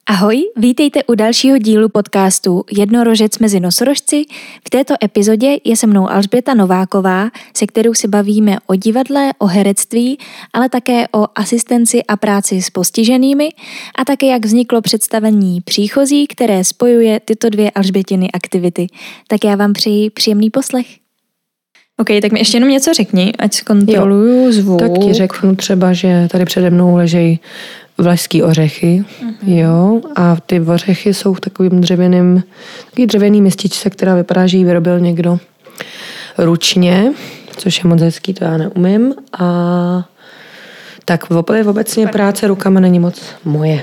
Ahoj, vítejte u dalšího dílu podcastu Jednorožec mezi nosorožci. V této epizodě je se mnou Alžběta Nováková, se kterou se bavíme o divadle, o herectví, ale také o asistenci a práci s postiženými a také jak vzniklo představení Příchozí, které spojuje tyto dvě Alžbětiny aktivity. Tak já vám přeji příjemný poslech. OK, tak mi ještě jenom něco řekni, ať zkontroluju zvuk. Tak ti řeknu třeba, že tady přede mnou ležejí vlašský ořechy, jo, a ty ořechy jsou v takovým dřevěný mističce, která vypadá, že ji vyrobil někdo ručně, což je moc hezký, to já neumím. A tak obecně práce rukama není moc moje.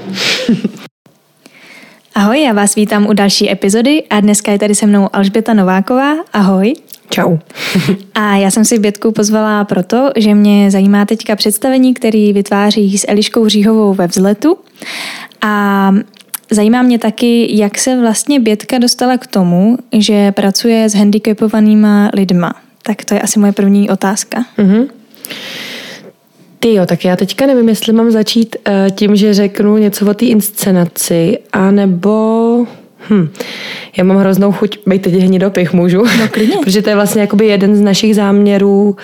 Ahoj, já vás vítám u další epizody a dneska je tady se mnou Alžběta Nováková. Ahoj. Čau. A já jsem si Bětku pozvala proto, že mě zajímá teďka představení, který vytváří s Eliškou Říhovou ve Vzletu. A zajímá mě taky, jak se vlastně Bětka dostala k tomu, že pracuje s handicapovanýma lidma. Tak to je asi moje první otázka. Tyjo, tak já teďka nevím, jestli mám začít tím, že řeknu něco o té inscenaci, anebo... Já mám hroznou chuť být teď hnidopich, můžu? No klidně. Protože to je vlastně jakoby jeden z našich záměrů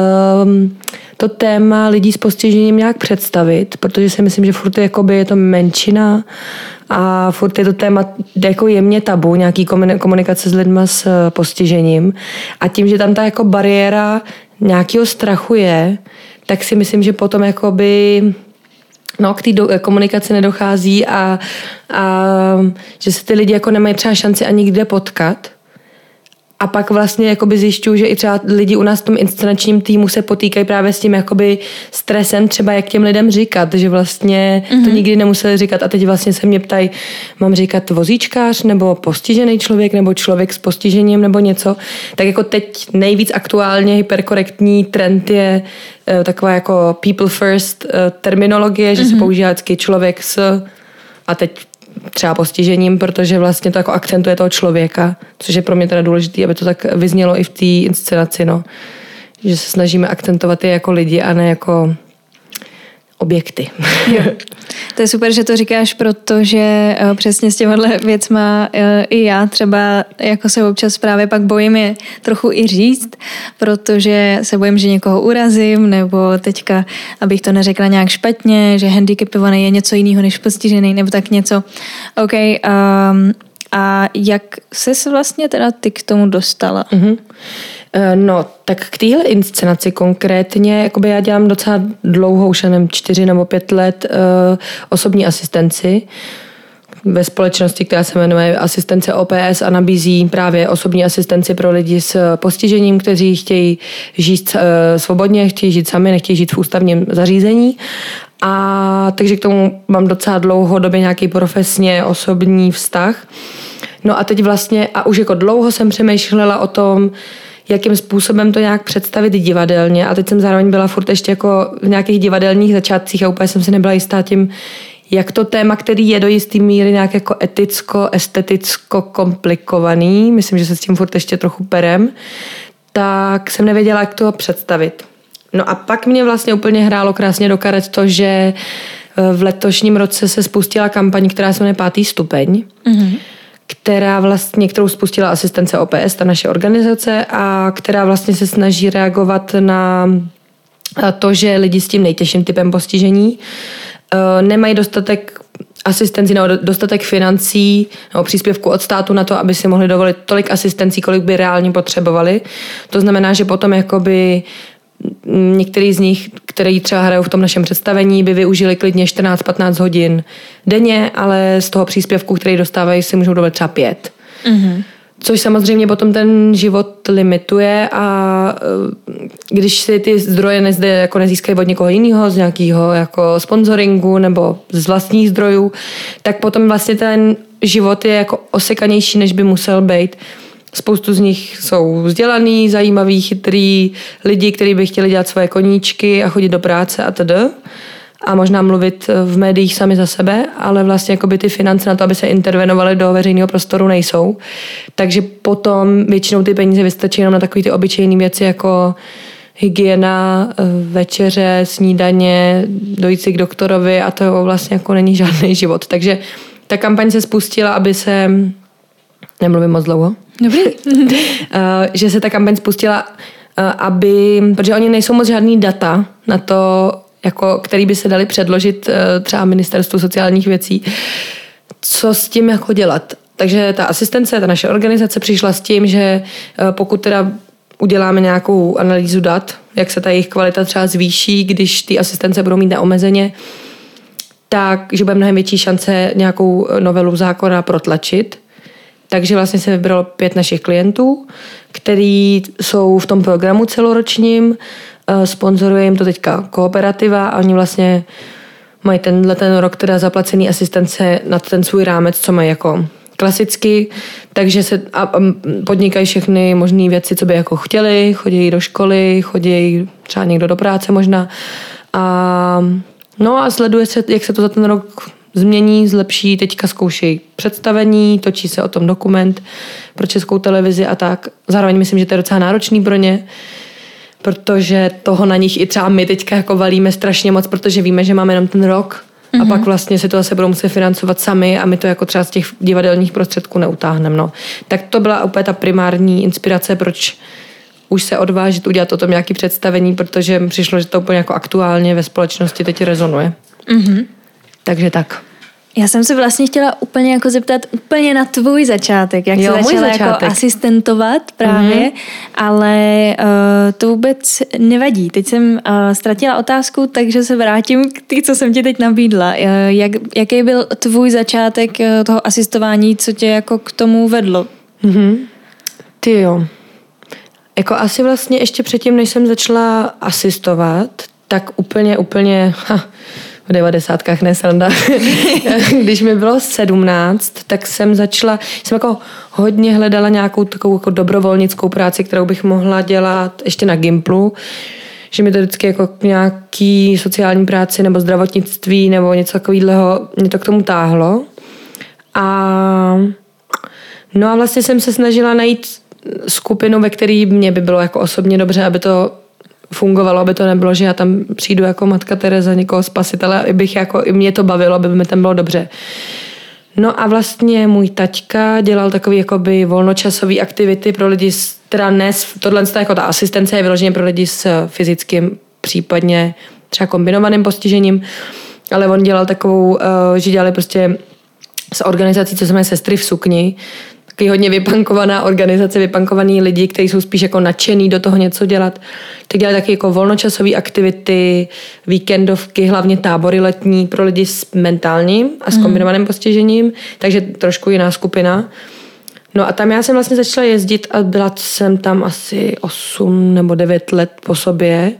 to téma lidí s postižením nějak představit, protože si myslím, že furt je to menšina a furt je to téma jako jemně tabu, nějaký komunikace s lidma s postižením. A tím, že tam ta jako bariéra nějakého strachu je, tak si myslím, že potom jakoby... k té komunikaci nedochází a že se ty lidi jako nemají třeba šanci ani kde potkat. A pak vlastně jakoby zjišťuju, že i třeba lidi u nás v tom inscenačním týmu se potýkají právě s tím jakoby stresem, třeba jak těm lidem říkat, že vlastně to nikdy nemuseli říkat a teď vlastně se mě ptají, mám říkat vozíčkář nebo postižený člověk nebo člověk s postižením nebo něco. Tak jako teď nejvíc aktuálně hyperkorektní trend je taková jako people first terminologie, že se používá vždycky člověk s a teď třeba postižením, protože vlastně to jako akcentuje toho člověka, což je pro mě teda důležité, aby to tak vyznělo i v té inscenaci, no. Že se snažíme akcentovat je jako lidi a ne jako objekty. Jo. To je super, že to říkáš, protože přesně s těmahle věcma i já třeba jako se občas právě pak bojím je trochu i říct, protože se bojím, že někoho urazím, nebo teďka, abych to neřekla nějak špatně, že handicapovaný je něco jiného než postižený, nebo tak něco. OK, a jak ses vlastně teda ty k tomu dostala? No, tak k téhle inscenaci konkrétně, jakoby já dělám docela dlouho, už jenom 4 nebo 5 let osobní asistenci ve společnosti, která se jmenuje Asistence OPS a nabízí právě osobní asistenci pro lidi s postižením, kteří chtějí žít svobodně, chtějí žít sami, nechtějí žít v ústavním zařízení. A takže k tomu mám docela dlouhodobě nějaký profesně osobní vztah. No a teď vlastně, a už jako dlouho jsem přemýšlela o tom, jakým způsobem to nějak představit divadelně. A teď jsem zároveň byla furt ještě jako v nějakých divadelních začátcích a úplně jsem si nebyla jistá tím, jak to téma, který je do jistý míry nějak jako eticko, esteticko komplikovaný, myslím, že se s tím furt ještě trochu perem, tak jsem nevěděla, jak to představit. No a pak mě vlastně úplně hrálo krásně do karet to, že v letošním roce se spustila kampaň, která se jmenuje 5. stupeň, kterou spustila Asistence OPS, ta naše organizace, a která vlastně se snaží reagovat na to, že lidi s tím nejtěžším typem postižení nemají dostatek asistencí nebo dostatek financí nebo příspěvku od státu na to, aby si mohli dovolit tolik asistencí, kolik by reálně potřebovali. To znamená, že potom jakoby některý z nich, který třeba hrajou v tom našem představení, by využili klidně 14-15 hodin denně, ale z toho příspěvku, který dostávají, si můžou dovolit třeba 5. Což samozřejmě potom ten život limituje a když si ty zdroje jako nezískají od někoho jiného, z nějakého jako sponsoringu nebo z vlastních zdrojů, tak potom vlastně ten život je jako osekanější, než by musel být. Spoustu z nich jsou vzdělaný, zajímaví, chytrý lidi, kteří by chtěli dělat svoje koníčky a chodit do práce a td. A možná mluvit v médiích sami za sebe, ale vlastně jakoby ty finance na to, aby se intervenovaly do veřejného prostoru, nejsou. Takže potom většinou ty peníze vystačí jenom na takové ty obyčejné věci jako hygiena, večeře, snídaně, dojít si k doktorovi a to vlastně jako není žádný život. Takže ta kampaň se spustila, aby se, nemluvím moc dlouho, Dobrý. že se ta kampaň spustila, protože oni nejsou moc žádný data na to, jako, který by se dali předložit třeba Ministerstvu sociálních věcí, co s tím jako dělat. Takže ta asistence, ta naše organizace přišla s tím, že pokud teda uděláme nějakou analýzu dat, jak se ta jejich kvalita třeba zvýší, když ty asistence budou mít neomezeně, takže bude mnohem větší šance nějakou novelu zákona protlačit. Takže vlastně se vybralo 5 našich klientů, který jsou v tom programu celoročním, sponzoruje jim to teďka Kooperativa a oni vlastně mají ten rok teda zaplacený asistence na ten svůj rámec, co mají jako klasicky, takže se podnikají všechny možné věci, co by jako chtěli, chodí do školy, chodí třeba někdo do práce možná a sleduje se, jak se to za ten rok změní, zlepší, teďka zkoušejí představení, točí se o tom dokument pro Českou televizi a tak. Zároveň myslím, že to je docela náročný pro ně, protože toho na nich i třeba my teďka jako valíme strašně moc, protože víme, že máme jenom ten rok a pak vlastně si to zase budou muset financovat sami a my to jako třeba z těch divadelních prostředků neutáhneme. No. Tak to byla úplně ta primární inspirace, proč už se odvážit udělat o tom nějaké představení, protože mi přišlo, že to úplně jako aktuálně ve společnosti teď rezonuje. Takže tak. Já jsem se vlastně chtěla úplně jako zeptat úplně na tvůj začátek, jak jsi začala jako asistentovat právě, ale to vůbec nevadí. Teď jsem ztratila otázku, takže se vrátím k té, co jsem ti teď nabídla. Jaký byl tvůj začátek toho asistování, co tě jako k tomu vedlo? Ty jo. Jako asi vlastně ještě předtím, než jsem začala asistovat, tak úplně v 90kách ne sranda. Když mi bylo 17, tak jsem jako hodně hledala nějakou takovou jako dobrovolnickou práci, kterou bych mohla dělat ještě na Gimplu, že mi to vždycky jako nějaký sociální práci nebo zdravotnictví nebo něco takového, mě to k tomu táhlo. A vlastně jsem se snažila najít skupinu, ve které mě by bylo jako osobně dobře, aby to fungovalo, aby to nebylo, že já tam přijdu jako matka Tereza, někoho spasitele, i mě to bavilo, aby mi tam bylo dobře. No a vlastně můj taťka dělal takový jakoby volnočasový aktivity pro lidi, teda tohle jako ta asistence je vyloženě pro lidi s fyzickým, případně třeba kombinovaným postižením, ale on dělal takovou, že dělali prostě s organizací, co se jmenuje Sestry v sukni, taky hodně vypankovaná organizace, vypankovaný lidi, kteří jsou spíš jako nadšený do toho něco dělat. Tak dělají taky jako volnočasové aktivity, víkendovky, hlavně tábory letní pro lidi s mentálním a s kombinovaným postižením, takže trošku jiná skupina. No a tam já jsem vlastně začala jezdit a byla jsem tam asi 8 nebo 9 let po sobě.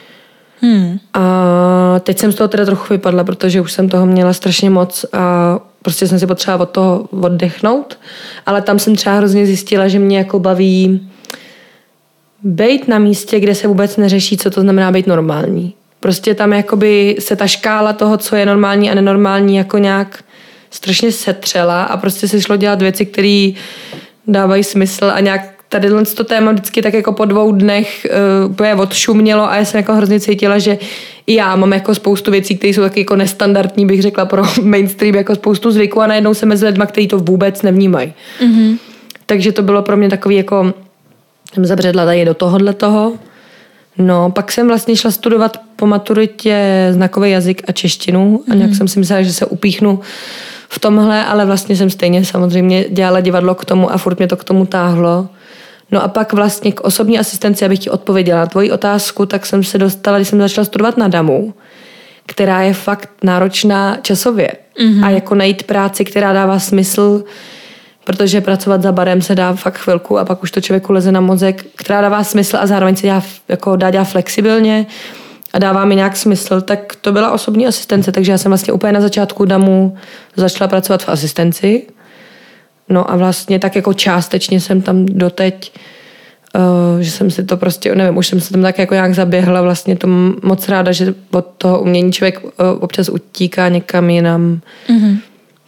A teď jsem z toho teda trochu vypadla, protože už jsem toho měla strašně moc a prostě jsem si potřebovala od toho oddechnout, ale tam jsem třeba hrozně zjistila, že mě jako baví bejt na místě, kde se vůbec neřeší, co to znamená být normální. Prostě tam jakoby se ta škála toho, co je normální a nenormální, jako nějak strašně setřela a prostě se šlo dělat věci, které dávají smysl a nějak tady to téma vždycky tak jako po 2 dnech úplně odšumělo a já jsem jako hrozně cítila, že i já mám jako spoustu věcí, které jsou taky jako nestandardní, bych řekla, pro mainstream, jako spoustu zvyků a najednou jsem mezi lidma, kteří to vůbec nevnímají. Takže to bylo pro mě takový jako jsem zabředla tady do toho. No, pak jsem vlastně šla studovat po maturitě znakový jazyk a češtinu a nějak jsem si myslela, že se upíchnu v tomhle, ale vlastně jsem stejně samozřejmě dělala divadlo k tomu a furt mě to k tomu táhlo. No a pak vlastně k osobní asistenci, abych ti odpověděla na tvoji otázku, tak jsem se dostala, když jsem začala studovat na DAMu, která je fakt náročná časově. A jako najít práci, která dává smysl, protože pracovat za barem se dá fakt chvilku a pak už to člověku leze na mozek, která dává smysl a zároveň se dá dělat flexibilně a dává mi nějak smysl, tak to byla osobní asistence, takže já jsem vlastně úplně na začátku DAMu začala pracovat v asistenci. No a vlastně tak jako částečně jsem tam doteď, že jsem si to prostě, nevím, už jsem se tam tak jako nějak zaběhla, vlastně to moc ráda, že od toho umění člověk občas utíká někam jinam.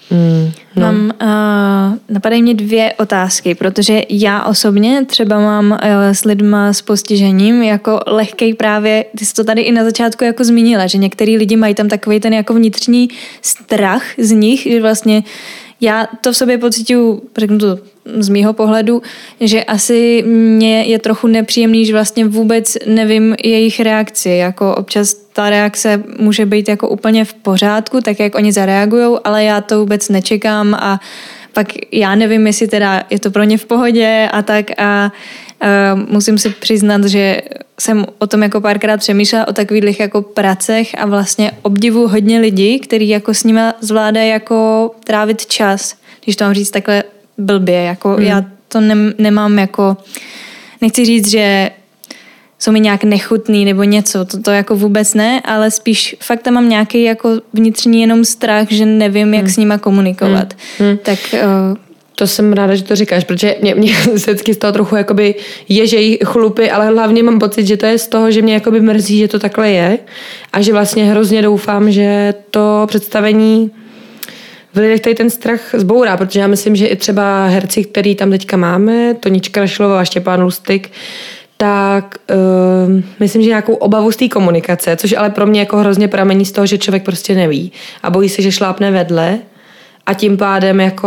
Napadají mě 2 otázky, protože já osobně třeba mám s lidma s postižením jako lehkej právě, ty jsi to tady i na začátku jako zmínila, že některý lidi mají tam takový ten jako vnitřní strach z nich, že vlastně já to v sobě pocituju, řeknu to z mýho pohledu, že asi mě je trochu nepříjemný, že vlastně vůbec nevím jejich reakci. Jako občas ta reakce může být jako úplně v pořádku, tak jak oni zareagujou, ale já to vůbec nečekám a pak já nevím, jestli teda je to pro ně v pohodě a tak a musím si přiznat, že jsem o tom jako párkrát přemýšlela o takových jako pracech a vlastně obdivu hodně lidí, kteří jako s nima zvládají jako trávit čas, když to mám říct takhle blbě, jako já to nemám jako, nechci říct, že jsou mi nějak nechutný nebo něco, to jako vůbec ne, ale spíš fakt tam mám nějaký jako vnitřní jenom strach, že nevím, jak s nima komunikovat. Tak to jsem ráda, že to říkáš, protože mě vždycky z toho trochu jakoby ježejí chlupy, ale hlavně mám pocit, že to je z toho, že mě jakoby mrzí, že to takhle je a že vlastně hrozně doufám, že to představení v lidech tady ten strach zbourá, protože já myslím, že i třeba herci, který tam teďka máme, Tonička Rašilová a Štěpán Lustig, tak myslím, že nějakou obavu z té komunikace, což ale pro mě jako hrozně pramení z toho, že člověk prostě neví a bojí se, že šlápne vedle a tím pádem jako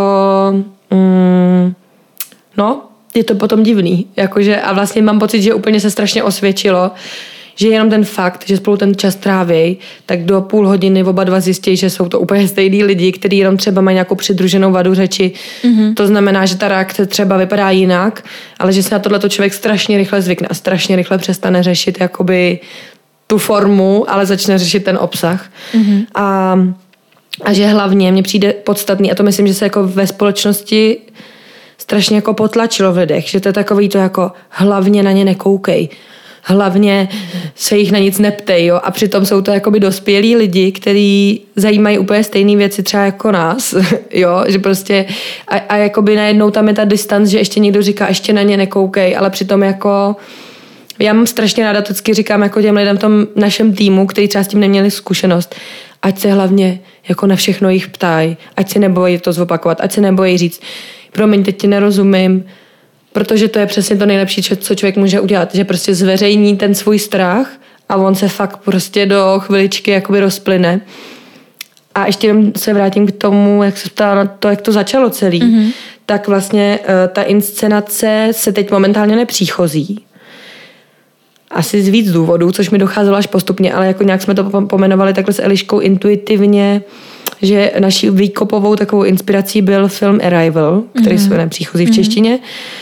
je to potom divný. Jakože, a vlastně mám pocit, že úplně se strašně osvědčilo, že jenom ten fakt, že spolu ten čas tráví, tak do půl hodiny oba dva zjistí, že jsou to úplně stejný lidi, kteří jenom třeba mají nějakou přidruženou vadu řeči. To znamená, že ta reakce třeba vypadá jinak, ale že se na tohleto člověk strašně rychle zvykne a strašně rychle přestane řešit jakoby tu formu, ale začne řešit ten obsah. A že hlavně mně přijde podstatný, a to myslím, že se jako ve společnosti strašně jako potlačilo v lidech, že to je takový to jako hlavně na ně nekoukej, hlavně se jich na nic neptej, jo, a přitom jsou to jakoby dospělí lidi, kteří zajímají úplně stejné věci třeba jako nás, jo, že prostě a jakoby najednou tam je ta distanc, že ještě někdo říká, ještě na ně nekoukej, ale přitom jako já mám strašně ráda, to vždycky říkám jako těm lidem v tom našem týmu, kteří třeba s tím neměli zkušenost, ať se hlavně jako na všechno jich ptají, ať se nebojí to zopakovat, ať se nebojí říct, promiň, teď ti nerozumím, protože to je přesně to nejlepší, co člověk může udělat, že prostě zveřejní ten svůj strach a on se fakt prostě do chviličky jakoby rozplyne. A ještě jenom se vrátím k tomu, jak se ptala na to, jak to začalo celý, tak vlastně ta inscenace se teď momentálně nepříchozí. Asi z víc důvodů, což mi docházelo až postupně, ale jako nějak jsme to pomenovali takhle s Eliškou intuitivně, že naší výkopovou takovou inspirací byl film Arrival, který se jmenuje Příchozí v češtině,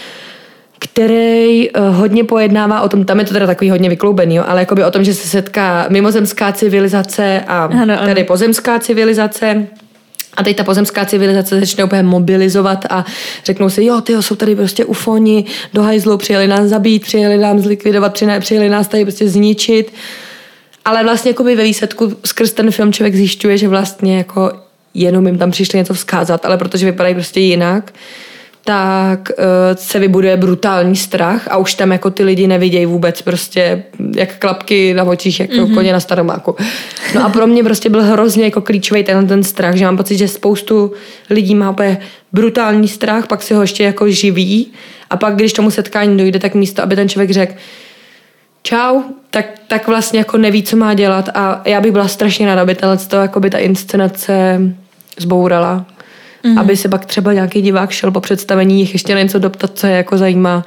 který hodně pojednává o tom, tam je to teda takový hodně vykloubený, jo, ale jakoby o tom, že se setká mimozemská civilizace a tady pozemská civilizace. A teď ta pozemská civilizace začne úplně mobilizovat a řeknou si, jo, tyjo, jsou tady prostě ufoni, do hajzlu, přijeli nás zabít, přijeli nám zlikvidovat, přijeli nás tady prostě zničit. Ale vlastně jako by ve výsledku skrz ten film člověk zjišťuje, že vlastně jako jenom jim tam přišli něco vzkázat, ale protože vypadají prostě jinak, tak se vybuduje brutální strach a už tam jako ty lidi nevidějí vůbec prostě jak klapky na očích, jako koně na staromáku. No a pro mě prostě byl hrozně jako klíčový ten strach, že mám pocit, že spoustu lidí má úplně brutální strach, pak si ho ještě jako živí a pak, když tomu setkání dojde, tak místo, aby ten člověk řekl čau, tak vlastně jako neví, co má dělat a já bych byla strašně ráda, aby ta inscenace zbourala. Aby se pak třeba nějaký divák šel po představení jich ještě na něco doptat, co je jako zajímá.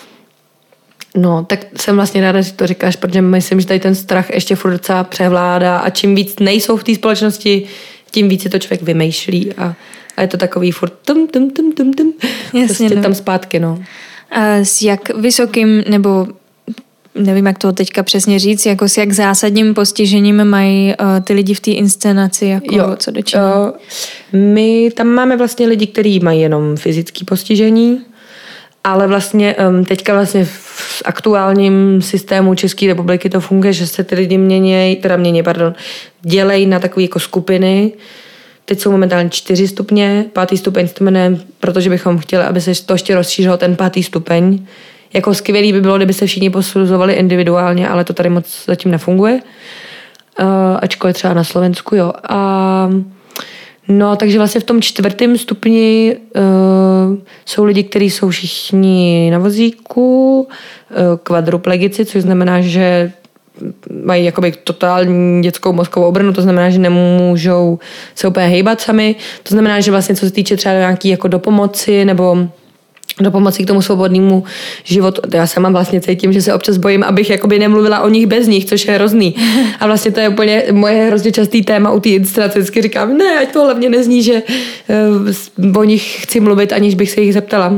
No, tak jsem vlastně ráda, že to říkáš, protože myslím, že tady ten strach ještě furt docela převládá a čím víc nejsou v té společnosti, tím víc si to člověk vymýšlí a je to takový furt tum. Jasně, prostě tam zpátky, no. A s jak vysokým, nebo nevím, jak to teďka přesně říct, jako s jak zásadním postižením mají ty lidi v té inscenaci, jako co do čeho? My tam máme vlastně lidi, kteří mají jenom fyzické postižení, ale vlastně teďka vlastně v aktuálním systému České republiky to funguje, že se ty lidi dělejí na takové jako skupiny. Teď jsou momentálně 4 stupně, 5. stupeň se to jmenuje, protože bychom chtěli, aby se to ještě rozšířilo ten 5. stupeň. Jako skvělý by bylo, kdyby se všichni posuzovali individuálně, ale to tady moc zatím nefunguje. Ačkoliv třeba na Slovensku, jo. A No, takže vlastně v tom 4. stupni jsou lidi, kteří jsou všichni na vozíku, kvadruplegici, což znamená, že mají jakoby totální dětskou mozkovou obrnu, to znamená, že nemůžou se úplně hejbat sami. To znamená, že vlastně co se týče třeba nějaký jako dopomoci nebo dopomoci k tomu svobodnému životu. Já sama vlastně cítím, že se občas bojím, abych jakoby nemluvila o nich bez nich, což je hrozný. A vlastně to je úplně moje hrozně častý téma u té inscenace. Vždycky říkám, ne, ať to hlavně nezní, že o nich chci mluvit, aniž bych se jich zeptala.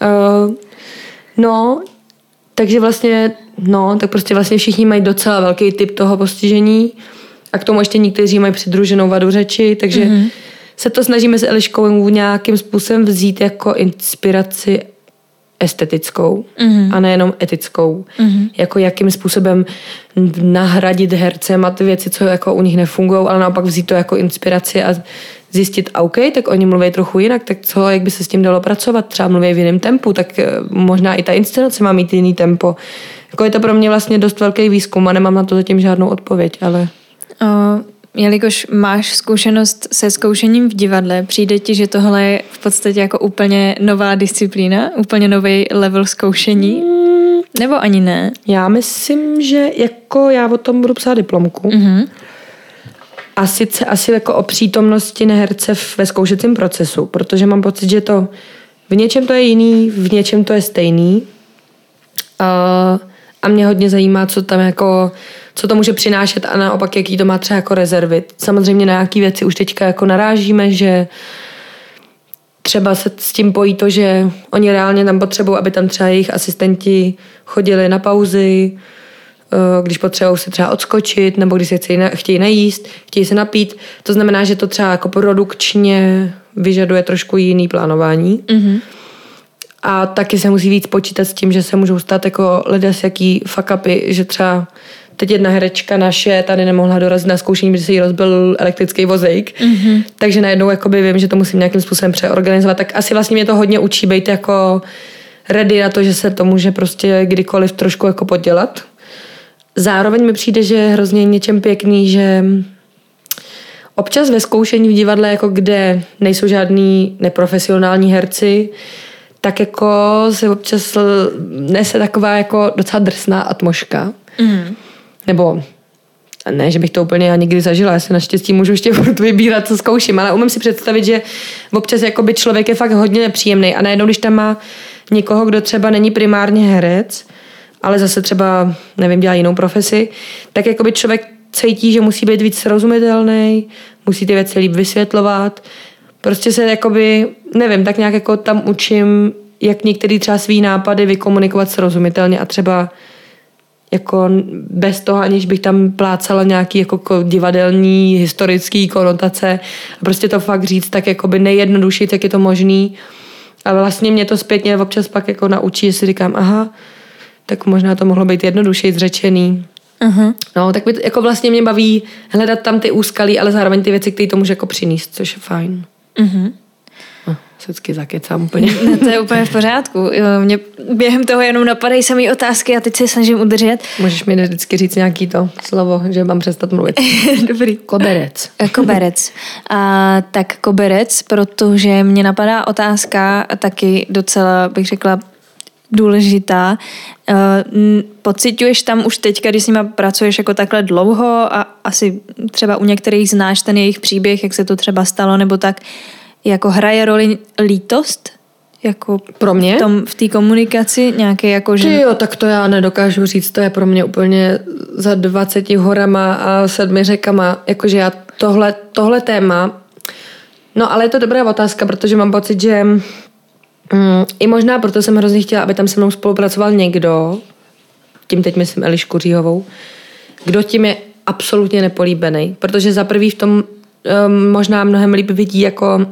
No, takže vlastně, tak prostě vlastně všichni mají docela velký typ toho postižení a k tomu ještě někteří mají přidruženou vadu řeči, takže se to snažíme s Eliškou nějakým způsobem vzít jako inspiraci estetickou a nejenom etickou. Jako jakým způsobem nahradit hercem a ty věci, co jako u nich nefungují, ale naopak vzít to jako inspiraci a zjistit, OK, tak oni mluví trochu jinak, tak co, jak by se s tím dalo pracovat? Třeba mluví v jiném tempu, tak možná i ta inscenace má mít jiný tempo. Jako je to pro mě vlastně dost velký výzkum a nemám na to zatím žádnou odpověď, ale... Jelikož máš zkušenost se zkoušením v divadle, přijde ti, že tohle je v podstatě jako úplně nová disciplína, úplně nový level zkoušení? Nebo ani ne? Já myslím, že jako já o tom budu psát diplomku. A sice asi jako o přítomnosti neherce ve zkoušecím procesu, protože mám pocit, že to v něčem to je jiný, v něčem to je stejný. A mě hodně zajímá, co tam jako, co to může přinášet a naopak, jaký to má třeba jako rezervy. Samozřejmě na nějaký věci už teďka jako narážíme, že třeba se s tím pojí to, že oni reálně tam potřebují, aby tam třeba jejich asistenti chodili na pauzy, když potřebují se třeba odskočit, nebo když se chtějí najíst, chtějí se napít. To znamená, že to třeba jako produkčně vyžaduje trošku jiný plánování. A taky se musí víc počítat s tím, že se můžou stát jako jaký fuck upy, že třeba teď jedna herečka naše tady nemohla dorazit na zkoušení, protože se jí rozbil elektrický vozejk. Takže najednou jakoby vím, že to musím nějakým způsobem přeorganizovat. Tak asi vlastně mě to hodně učí být jako ready na to, že se to může prostě kdykoliv trošku jako podělat. Zároveň mi přijde, že je hrozně něčem pěkný, že občas ve zkoušení v divadle, jako kde nejsou žádný neprofesionální herci, tak jako se občas nese taková jako docela drsná atmosféra. Nebo ne, že bych to úplně já nikdy zažila, já se naštěstí můžu ještě vybírat, co zkouším, ale umím si představit, že občas jakoby člověk je fakt hodně nepříjemný a najednou, když tam má někoho, kdo třeba není primárně herec, ale zase třeba, nevím, dělá jinou profesi, tak jakoby člověk cítí, že musí být víc srozumitelný, musí ty věci líp vysvětlovat. Prostě se jakoby, nevím, tak nějak jako tam učím, jak některý třeba svý nápady vykomunikovat srozumitelně a třeba jako bez toho, aniž bych tam plácala nějaký jako divadelní, historický konotace a prostě to fakt říct tak jakoby nejjednodušit, jak je to možný. A vlastně mě to zpětně občas pak jako naučí, že si říkám, aha, tak možná to mohlo být jednodušeji zřečený. No, tak jako vlastně mě baví hledat tam ty úskalí, ale zároveň ty věci, které to může jako přinést, což je fajn. Se vždycky zakecám úplně. No, to je úplně v pořádku. Mě během toho jenom napadají samý otázky a teď se snažím udržet. Můžeš mi vždycky říct nějaký to slovo, že mám přestat mluvit. Dobrý. Koberec. Koberec. Tak koberec, protože mě napadá otázka taky docela, bych řekla, důležitá. Pociťuješ tam už teďka, když s nima pracuješ jako takhle dlouho a asi třeba u některých znáš ten jejich příběh, jak se to třeba stalo, nebo tak, jako hraje roli lítost? Jako pro mě? V té komunikaci nějaké jako, že... Jo, tak to já nedokážu říct, to je pro mě úplně za 20 horama a 7 řekama, jakože já tohle téma, no ale je to dobrá otázka, protože mám pocit, že i možná proto jsem hrozně chtěla, aby tam se mnou spolupracoval někdo, tím teď myslím Elišku Říhovou, kdo tím je absolutně nepolíbený, protože za prvý v tom možná mnohem líp vidí jako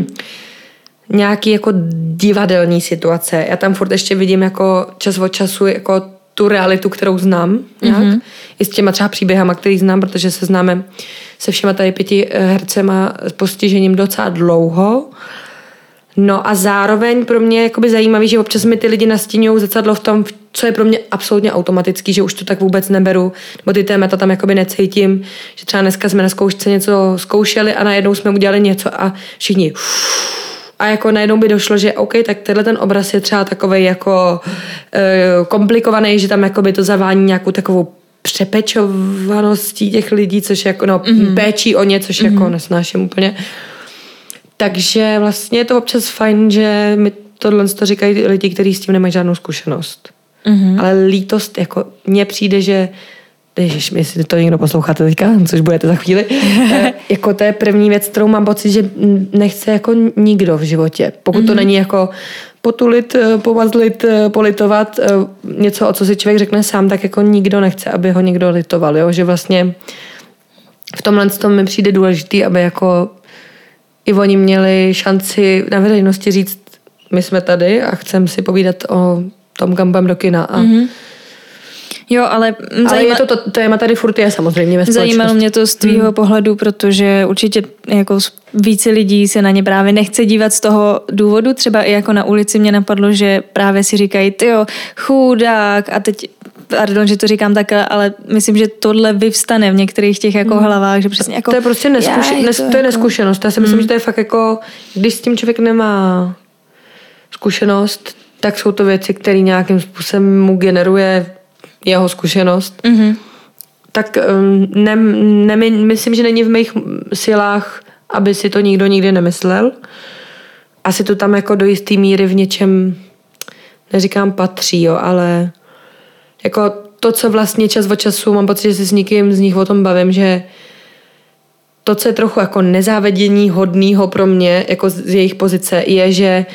nějaký jako divadelní situace. Já tam furt ještě vidím jako čas od času jako tu realitu, kterou znám nějak. I s těma třeba příběhama, který znám, protože se známe se všema tady 5 hercema s postižením docela dlouho. No a zároveň pro mě je jakoby zajímavý, že občas mi ty lidi nastíňují zrcadlo v tom, co je pro mě absolutně automatický, že už to tak vůbec neberu, nebo ty témata tam jakoby necítím, že třeba dneska jsme na zkoušce něco zkoušeli a najednou jsme udělali něco a všichni a jako najednou by došlo, že OK, tak tenhle ten obraz je třeba takovej jako komplikovaný, že tam jakoby to zavání nějakou takovou přepečovaností těch lidí, což jako péčí o ně, což jako nesnáším úplně. Takže vlastně je to občas fajn, že mi tohle to říkají lidi, kteří s tím nemají žádnou zkušenost. Ale lítost, jako mně přijde, že ježiš, jestli to někdo posloucháte teďka, což budete za chvíli, jako to je první věc, kterou mám pocit, že nechce jako nikdo v životě. Pokud to není jako potulit, pomazlit, politovat, něco, o co si člověk řekne sám, tak jako nikdo nechce, aby ho někdo litoval. Jo? Že vlastně v tomhle mi přijde důležitý, aby jako i oni měli šanci na veřejnosti říct, my jsme tady a chceme si povídat o tom, kam budeme do kina. A jo, ale je to téma tady furt je samozřejmě ve společnosti. Zajímalo mě to z tvýho pohledu, protože určitě jako více lidí se na ně právě nechce dívat z toho důvodu. Třeba i jako na ulici mě napadlo, že právě si říkají, tyjo, chudák a teď pardon, že to říkám takhle, ale myslím, že tohle vyvstane v některých těch jako hlavách, že přesně jako to je prostě to je neskušenost. Já si myslím, že to je fakt jako, když s tím člověk nemá zkušenost, tak jsou to věci, které nějakým způsobem mu generuje jeho zkušenost. Tak myslím, že není v mých silách, aby si to nikdo nikdy nemyslel. Asi to tam jako do jistý míry v něčem, neříkám patří, jo, ale jako to, co vlastně čas od času, mám pocit, že se s někým z nich o tom bavím, že to, co je trochu jako nezávidění hodnýho pro mě, jako z jejich pozice, je, že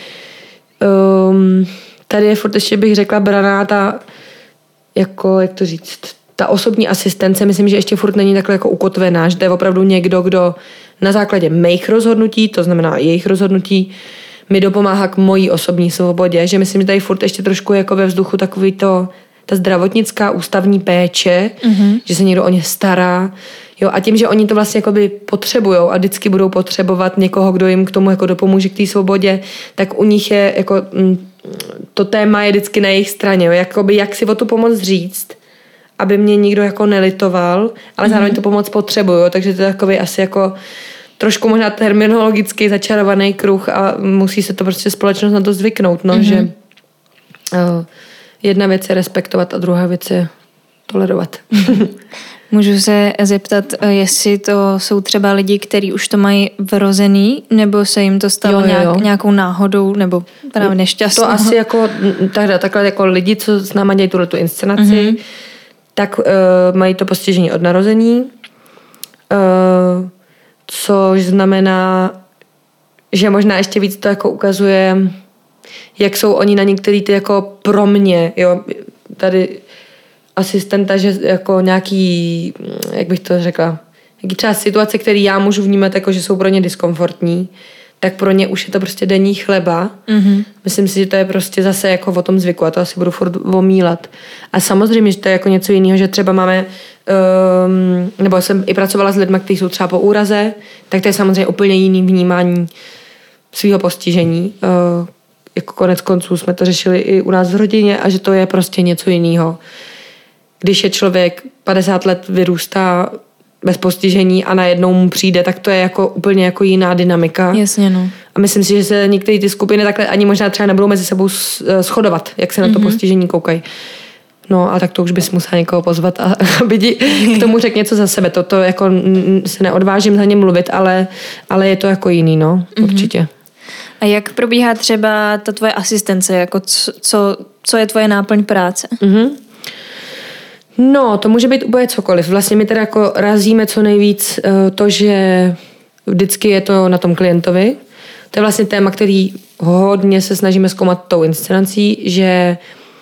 tady je furt ještě bych řekla braná ta, jako, jak to říct, ta osobní asistence, myslím, že ještě furt není takhle jako ukotvená, že to je opravdu někdo, kdo na základě mých rozhodnutí, to znamená jejich rozhodnutí, mi dopomáhá k mojí osobní svobodě, že myslím, že tady furt ještě trošku jako ve vzduchu takový to, ta zdravotnická ústavní péče, že se někdo o ně stará. Jo, a tím, že oni to vlastně jakoby potřebujou a vždycky budou potřebovat někoho, kdo jim k tomu jako dopomůže k té svobodě, tak u nich je jako to téma je vždycky na jejich straně. Jo, jakoby jak si o tu pomoc říct, aby mě nikdo jako nelitoval, ale zároveň tu pomoc potřebuju. Takže to je takový asi jako trošku možná terminologicky začarovaný kruh a musí se to prostě společnost na to zvyknout, no, že jedna věc je respektovat a druhá věc je tolerovat. Můžu se zeptat, jestli to jsou třeba lidi, kteří už to mají vrozený, nebo se jim to stalo nějakou náhodou, nebo právě nešťastnou? To asi jako takhle jako lidi, co s náma dělají tuhletu inscenaci, tak mají to postižení od narození, což znamená, že možná ještě víc to jako ukazuje, jak jsou oni na některý ty jako pro mě, jo, tady asistenta, že jako nějaký, jak bych to řekla, nějaký třeba situace, které já můžu vnímat jako, že jsou pro ně diskomfortní, tak pro ně už je to prostě denní chleba. Myslím si, že to je prostě zase jako o tom zvyku a to asi budu furt omílat. A samozřejmě, že to je jako něco jiného, že třeba máme, nebo jsem i pracovala s lidmi, kteří jsou třeba po úraze, tak to je samozřejmě úplně jiný vnímání svého postižení. Jako konec konců jsme to řešili i u nás v rodině a že to je prostě něco jiného. Když je člověk 50 let vyrůstá bez postižení a najednou mu přijde, tak to je jako úplně jako jiná dynamika. Jasně, no. A myslím si, že se některé ty skupiny takhle ani možná třeba nebudou mezi sebou shodovat, jak se na to postižení koukají. No a tak to už bys musela někoho pozvat a aby ti k tomu řekl něco za sebe. To jako se neodvážím za ně mluvit, ale je to jako jiný, no, určitě. A jak probíhá třeba ta tvoje asistence? Jako co je tvoje náplň práce? No, to může být úplně cokoliv. Vlastně my teda jako razíme co nejvíc to, že vždycky je to na tom klientovi. To je vlastně téma, který hodně se snažíme zkoumat tou inscenací, že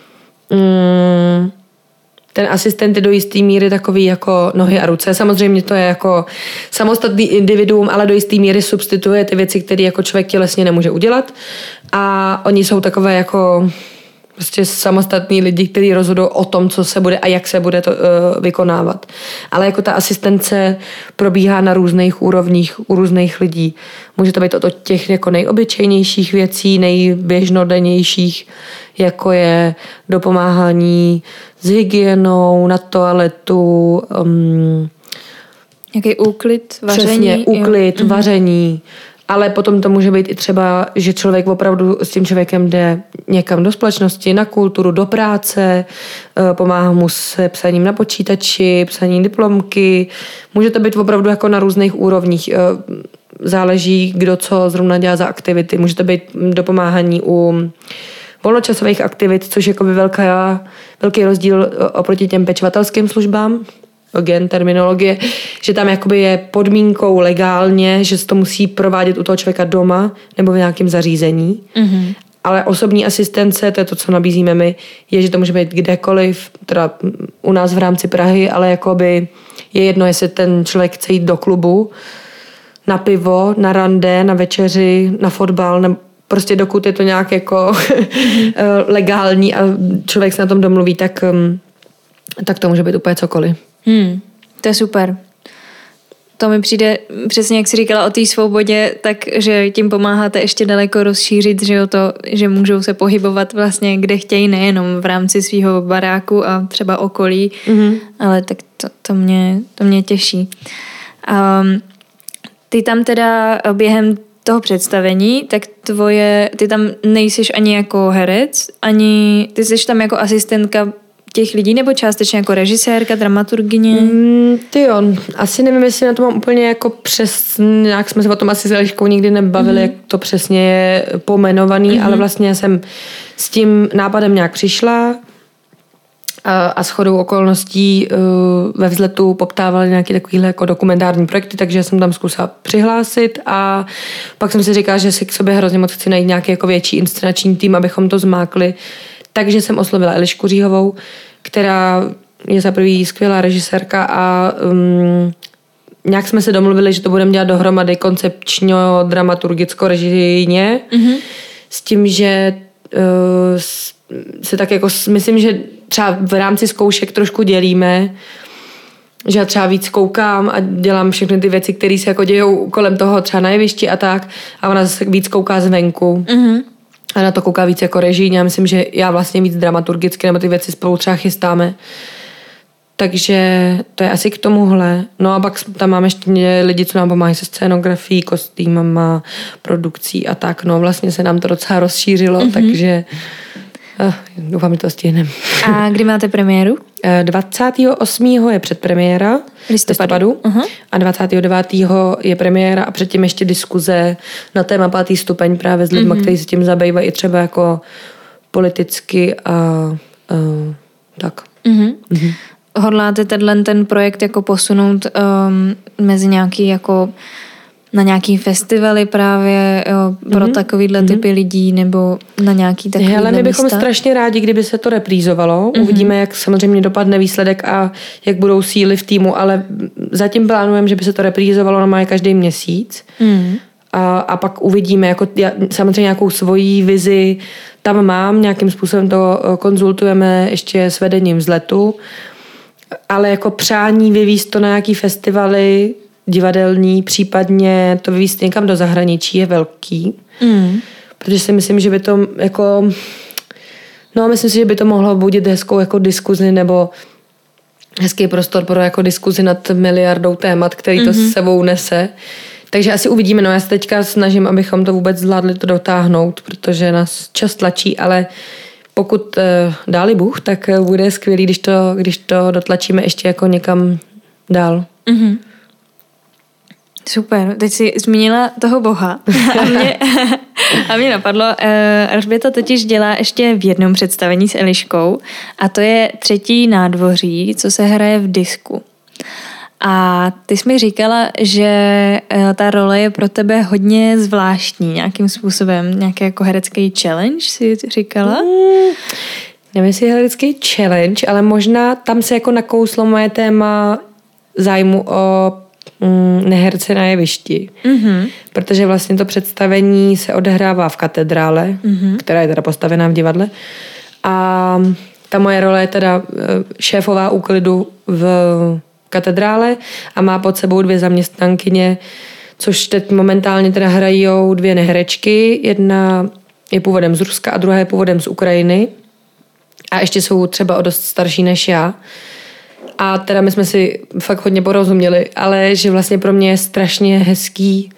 ten asistent je do jistý míry takový jako nohy a ruce. Samozřejmě to je jako samostatný individuum, ale do jistý míry substituje ty věci, které jako člověk tělesně nemůže udělat. A oni jsou takové jako prostě samostatní lidi, kteří rozhodují o tom, co se bude a jak se bude to vykonávat. Ale jako ta asistence probíhá na různých úrovních u různých lidí. Může to být od těch jako nejobyčejnějších věcí, nejběžnodennějších, jako je dopomáhání s hygienou na toaletu, nějaký úklid, vaření. Přesně, úklid, vaření. Ale potom to může být i třeba, že člověk opravdu s tím člověkem jde někam do společnosti, na kulturu, do práce, pomáhá mu se psaním na počítači, psaním diplomky. Může to být opravdu jako na různých úrovních. Záleží, kdo co zrovna dělá za aktivity. Může to být dopomáhání u volnočasových aktivit, což je velký rozdíl oproti těm pečovatelským službám, terminologie, že tam jakoby je podmínkou legálně, že se to musí provádět u toho člověka doma nebo v nějakém zařízení. Mm-hmm. Ale osobní asistence, to je to, co nabízíme my, je, že to může být kdekoliv, teda u nás v rámci Prahy, ale jakoby je jedno, jestli ten člověk chce jít do klubu, na pivo, na rande, na večeři, na fotbal, nebo prostě dokud je to nějak jako legální a člověk se na tom domluví, tak to může být úplně cokoliv. To je super. To mi přijde přesně, jak jsi říkala o té svobodě, takže tím pomáháte ještě daleko rozšířit, že, že můžou se pohybovat vlastně kde chtějí, nejenom v rámci svého baráku a třeba okolí, ale tak to mě těší. Ty tam teda během toho představení, tak ty tam nejsiš ani jako herec, ani ty jsi tam jako asistentka těch lidí, nebo částečně jako režisérka, dramaturgyně? Ty jo, asi nevím, jestli na to mám úplně jako přesně, jak jsme se o tom asi s Eliškou nikdy nebavili, jak to přesně je pomenovaný, ale vlastně jsem s tím nápadem nějak přišla a shodou okolností ve Vzletu poptávali nějaké takovéhle jako dokumentární projekty, takže jsem tam zkusila přihlásit a pak jsem si říkala, že si k sobě hrozně moc chci najít nějaký jako větší inscenační tým, abychom to zmákli. Takže jsem oslovila Elišku Říhovou, která je za první skvělá režisérka a nějak jsme se domluvili, že to budeme dělat dohromady koncepčno-dramaturgicko-režijně s tím, že se tak jako myslím, že třeba v rámci zkoušek trošku dělíme, že já třeba víc koukám a dělám všechny ty věci, které se jako dějou kolem toho třeba na jevišti a tak a ona zase víc kouká zvenku. A na to kouká víc jako režijně. Já myslím, že já vlastně víc dramaturgicky, nebo ty věci spolu třeba chystáme. Takže to je asi k tomuhle. No a pak tam máme ještě lidi, co nám pomáhají se scénografií, kostýmama, produkcí a tak. No vlastně se nám to docela rozšířilo, takže doufám, že to stihneme. A kdy máte premiéru? 28. je předpremiéra listopadu a 29. je premiéra a předtím ještě diskuze na téma 5. stupeň právě s lidmi, kteří se tím zabývají i třeba jako politicky a tak. Hodláte ten projekt jako posunout mezi nějaký jako na nějaký festivaly právě pro takovýhle typy lidí nebo na nějaký takovýhle místa? My bychom strašně rádi, kdyby se to reprízovalo. Uvidíme, jak samozřejmě dopadne výsledek a jak budou síly v týmu, ale zatím plánujeme, že by se to reprízovalo normálně každý měsíc. A pak uvidíme, jako já samozřejmě nějakou svoji vizi tam mám, nějakým způsobem to konzultujeme ještě s vedením Vzletu, ale jako přání vyvízt to na nějaký festivaly divadelní, případně to vyvízt někam do zahraničí je velký. Protože si myslím, že by to jako myslím si, že by to mohlo budit hezkou jako diskuzi nebo hezký prostor pro jako diskuzi nad miliardou témat, který to s sebou nese. Takže asi uvidíme. No já se teďka snažím, abychom to vůbec zvládli to dotáhnout, protože nás čas tlačí, ale pokud dáli Bůh, tak bude skvělý, když to dotlačíme ještě jako někam dál. Super, teď jsi zmínila toho Boha a mě napadlo, Alžběta totiž dělá ještě v jednom představení s Eliškou a to je 3. nádvoří, co se hraje v disku. A ty jsi mi říkala, že ta role je pro tebe hodně zvláštní nějakým způsobem, nějaký jako herecký challenge, si říkala? Nevím, jestli je herecký challenge, ale možná tam se jako nakouslo moje téma zájmu o neherce na jevišti. Protože vlastně to představení se odehrává v katedrále, která je teda postavená v divadle. A ta moje role je teda šéfová úklidu v katedrále a má pod sebou 2 zaměstnankyně, což teď momentálně teda hrajou 2 neherečky. Jedna je původem z Ruska a druhá je původem z Ukrajiny. A ještě jsou třeba o dost starší než já. A teda my jsme si fakt hodně porozuměli, ale že vlastně pro mě je strašně hezký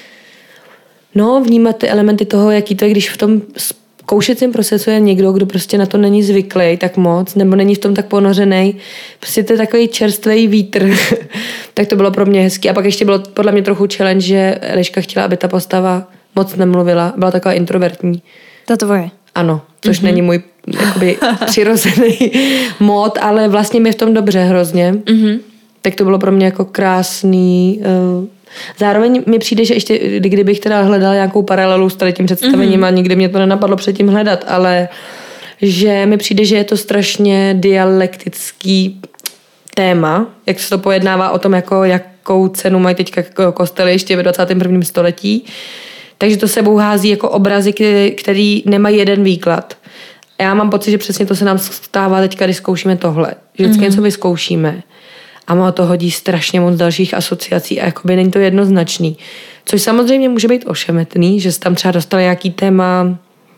vnímat ty elementy toho, jaký to je, když v tom zkoušecím procesu je někdo, kdo prostě na to není zvyklý tak moc, nebo není v tom tak ponořený. Prostě to je takový čerstvý vítr. Tak to bylo pro mě hezký. A pak ještě bylo podle mě trochu challenge, že Eliška chtěla, aby ta postava moc nemluvila. Byla taková introvertní. Ta tvoje? Ano, což není můj jakoby přirozený mód, ale vlastně mi v tom dobře hrozně. Tak to bylo pro mě jako krásný. Zároveň mi přijde, že ještě kdybych teda hledala nějakou paralelu s tady tím představením a nikdy mě to nenapadlo předtím hledat, ale že mi přijde, že je to strašně dialektický téma, jak se to pojednává o tom, jako jakou cenu mají teďka kostely ještě ve 21. století. Takže to sebou hází jako obrazy, který nemají jeden výklad. A já mám pocit, že přesně to se nám stává teďka, když zkoušíme tohle. Že vždycky něco vyzkoušíme a má to hodí strašně moc dalších asociací a jakoby není to jednoznačný. Což samozřejmě může být ošemetný, že se tam třeba dostali nějaký téma,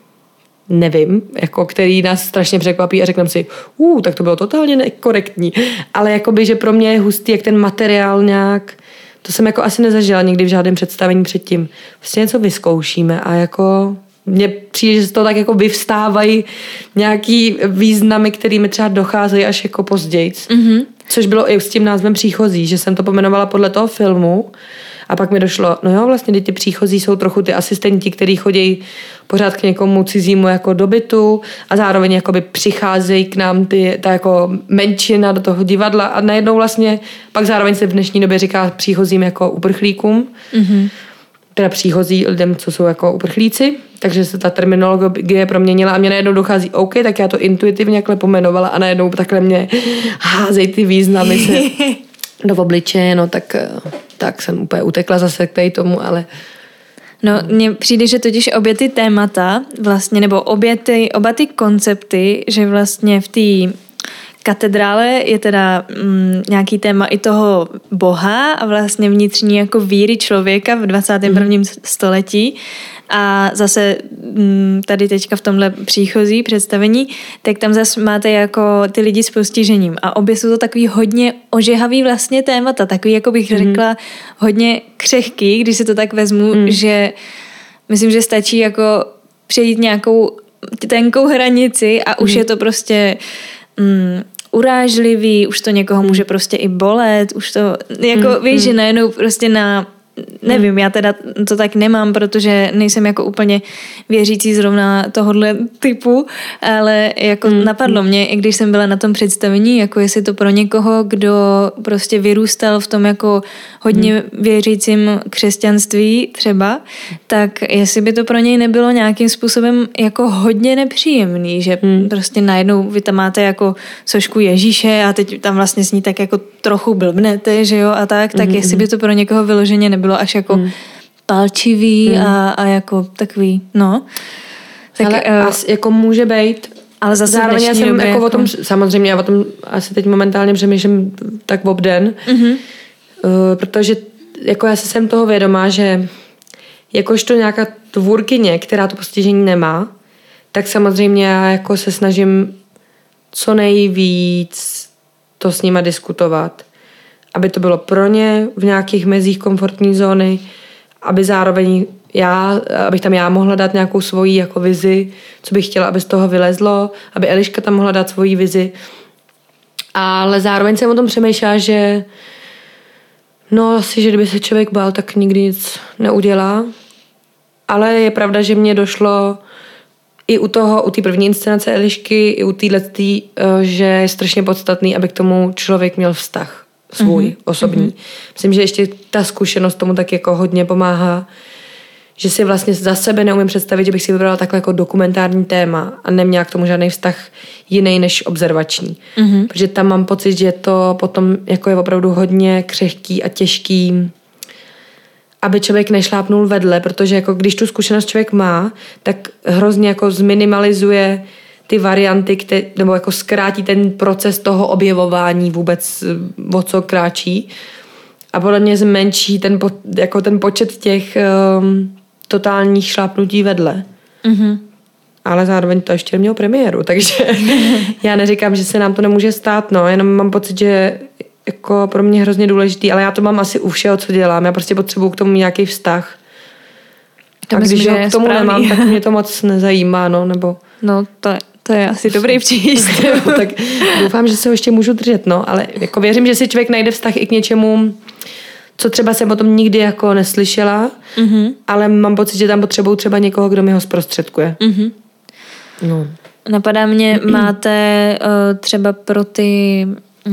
nevím, jako který nás strašně překvapí a řekneme si, tak to bylo totálně nekorektní. Ale jakoby, že pro mě je hustý, jak ten materiál nějak, to jsem jako asi nezažila nikdy v žádném představení předtím. Vlastně něco vyzkoušíme a jako mně přijde, že z toho tak jako vyvstávají nějaký významy, kterými třeba docházejí až jako později. Což bylo i s tím názvem Příchozí, že jsem to pomenovala podle toho filmu a pak mi došlo, vlastně ty příchozí jsou trochu ty asistenti, kteří chodí pořád k někomu cizímu jako do bytu a zároveň jakoby přicházejí k nám ta jako menšina do toho divadla a najednou vlastně pak zároveň se v dnešní době říká příchozím jako uprchlíkům. Teda příchozí lidem, co jsou jako uprchlíci, takže se ta terminologie proměnila a mě najednou dochází OK, tak já to intuitivně jakhle pomenovala a najednou takhle mě házej ty významy se do obličeje, tak jsem úplně utekla zase k tomu, ale... Mně přijde, že totiž obě ty témata vlastně, nebo oba ty koncepty, že vlastně v té katedrále je teda nějaký téma i toho Boha a vlastně vnitřní jako víry člověka v 21. století a zase tady teďka v tomhle příchozí představení, tak tam zase máte jako ty lidi s postižením a obě jsou to takový hodně ožehavý vlastně témata, takový jako bych řekla hodně křehký, když si to tak vezmu, že myslím, že stačí jako přejít nějakou tenkou hranici a už je to prostě urážlivý, už to někoho může prostě i bolet, už to, jako víš, že najednou prostě nevím, já teda to tak nemám, protože nejsem jako úplně věřící zrovna tohohle typu, ale jako napadlo mě, i když jsem byla na tom představení, jako jestli to pro někoho, kdo prostě vyrůstal v tom jako hodně věřícím křesťanství třeba, tak jestli by to pro něj nebylo nějakým způsobem jako hodně nepříjemný, že prostě najednou vy tam máte jako sošku Ježíše a teď tam vlastně s ní tak jako trochu blbnete, že jo, a tak jestli by to pro někoho vyloženě nebylo až jako palčivý a jako takový, Tak, ale jako může být. Ale zase zároveň já jsem jako o tom, samozřejmě já o tom asi teď momentálně přemýšlím tak obden, protože jako já jsem toho vědomá, že jakožto nějaká tvůrkyně, která to postižení nemá, tak samozřejmě já jako se snažím co nejvíc to s nima diskutovat, aby to bylo pro ně v nějakých mezích komfortní zóny, aby zároveň abych tam já mohla dát nějakou svoji jako vizi, co bych chtěla, aby z toho vylezlo, aby Eliška tam mohla dát svoji vizi. Ale zároveň jsem o tom přemýšlela, že asi, že kdyby se člověk bál, tak nikdy nic neudělá. Ale je pravda, že mě došlo i u té první inscenace Elišky, i u téhletý, že je strašně podstatný, aby k tomu člověk měl vztah svůj, osobní. Myslím, že ještě ta zkušenost tomu tak jako hodně pomáhá, že si vlastně za sebe neumím představit, že bych si vybrala takhle jako dokumentární téma a neměla k tomu žádný vztah jiný než observační. Protože tam mám pocit, že to potom jako je opravdu hodně křehký a těžký, aby člověk nešlápnul vedle, protože jako když tu zkušenost člověk má, tak hrozně jako zminimalizuje ty varianty, nebo jako zkrátí ten proces toho objevování vůbec, o co kráčí. A podle mě zmenší ten počet těch totálních šlápnutí vedle. Mm-hmm. Ale zároveň to ještě nemělo premiéru, takže já neříkám, že se nám to nemůže stát, no, jenom mám pocit, že jako pro mě hrozně důležitý, ale já to mám asi u všeho, co dělám. Já prostě potřebuju k tomu nějaký vztah. To a myslím, když ho k tomu nemám, tak mě to moc nezajímá, no, nebo... No, to je asi dobrý přístup. Tak doufám, že se ho ještě můžu držet, no, ale jako věřím, že si člověk najde vztah i k něčemu, co třeba jsem o tom nikdy jako neslyšela, ale mám pocit, že tam potřebuju třeba někoho, kdo mi ho zprostředkuje. Mm-hmm. No. Napadá mě, máte třeba pro ty,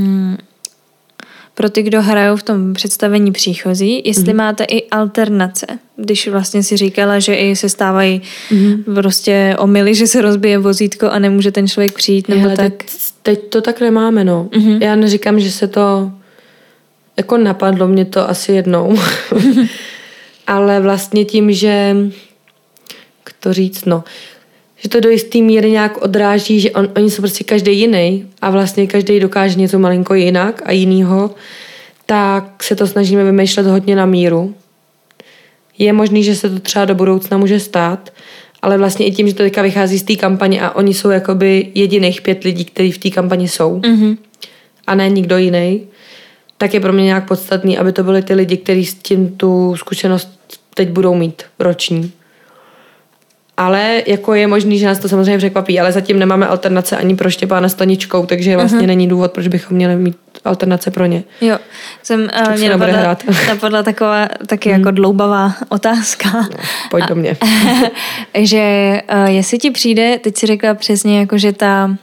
kdo hrajou v tom představení příchozí, jestli máte i alternace, když vlastně si říkala, že i se stávají prostě omyly, že se rozbije vozítko a nemůže ten člověk přijít, nebo tak. Teď to tak nemáme, no. Já neříkám, že se to jako napadlo mě to asi jednou, ale vlastně tím, že jak to říct, no, že to do jistý míry nějak odráží, že oni jsou prostě každý jiný a vlastně každý dokáže něco malinko jinak a jinýho, tak se to snažíme vymýšlet hodně na míru. Je možný, že se to třeba do budoucna může stát, ale vlastně i tím, že to teďka vychází z té kampaně a oni jsou jakoby jediných 5 lidí, kteří v té kampani jsou a ne nikdo jiný, tak je pro mě nějak podstatný, aby to byly ty lidi, kteří s tím tu zkušenost teď budou mít roční. Ale jako je možný, že nás to samozřejmě překvapí, ale zatím nemáme alternace ani pro Štěpána s Toničkou, takže vlastně není důvod, proč bychom měli mít alternace pro ně. Jo, mě napadla taková taky jako dloubavá otázka. No, pojď do mě. Že jestli ti přijde, teď si řekla přesně jako, že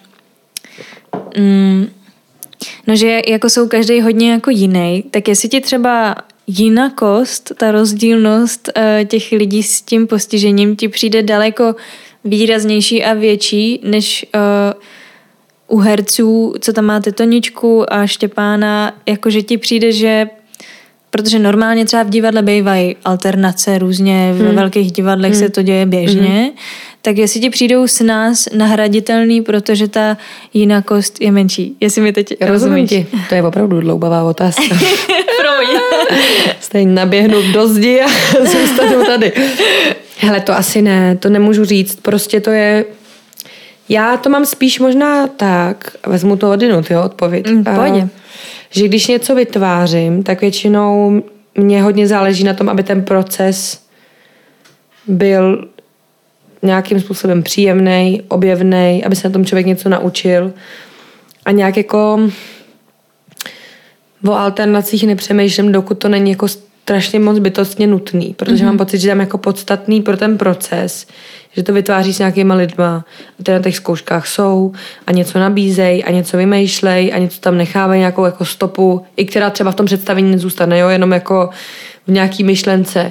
no, že jako jsou každý hodně jako jiný, tak jestli ti třeba jinakost, ta rozdílnost těch lidí s tím postižením ti přijde daleko výraznější a větší, než u herců, co tam máte Toničku a Štěpána, jakože ti přijde, že protože normálně třeba v divadle bývají alternace různě, ve velkých divadlech se to děje běžně, tak jestli ti přijdou s nás nahraditelný, protože ta jinakost je menší. Jestli mi teď rozumíš. Ti. To je opravdu dloubavá otázka. Promiň. Stejně naběhnu do zdi a zůstanu tady. Hele, to asi ne, to nemůžu říct. Prostě to je... Já to mám spíš možná tak, vezmu to odinut, jo, odpověď. Pojď. Že když něco vytvářím, tak většinou mě hodně záleží na tom, aby ten proces byl nějakým způsobem příjemnej, objevnej, aby se na tom člověk něco naučil a nějak jako o alternacích nepřemýšlím, dokud to není jako strašně moc bytostně nutný, protože mám pocit, že tam jako podstatný pro ten proces, že to vytváří s nějakýma lidma, které na těch zkouškách jsou a něco nabízejí a něco vymýšlej a něco tam nechávají nějakou jako stopu, i která třeba v tom představení nezůstane, jo, jenom jako v nějaký myšlence.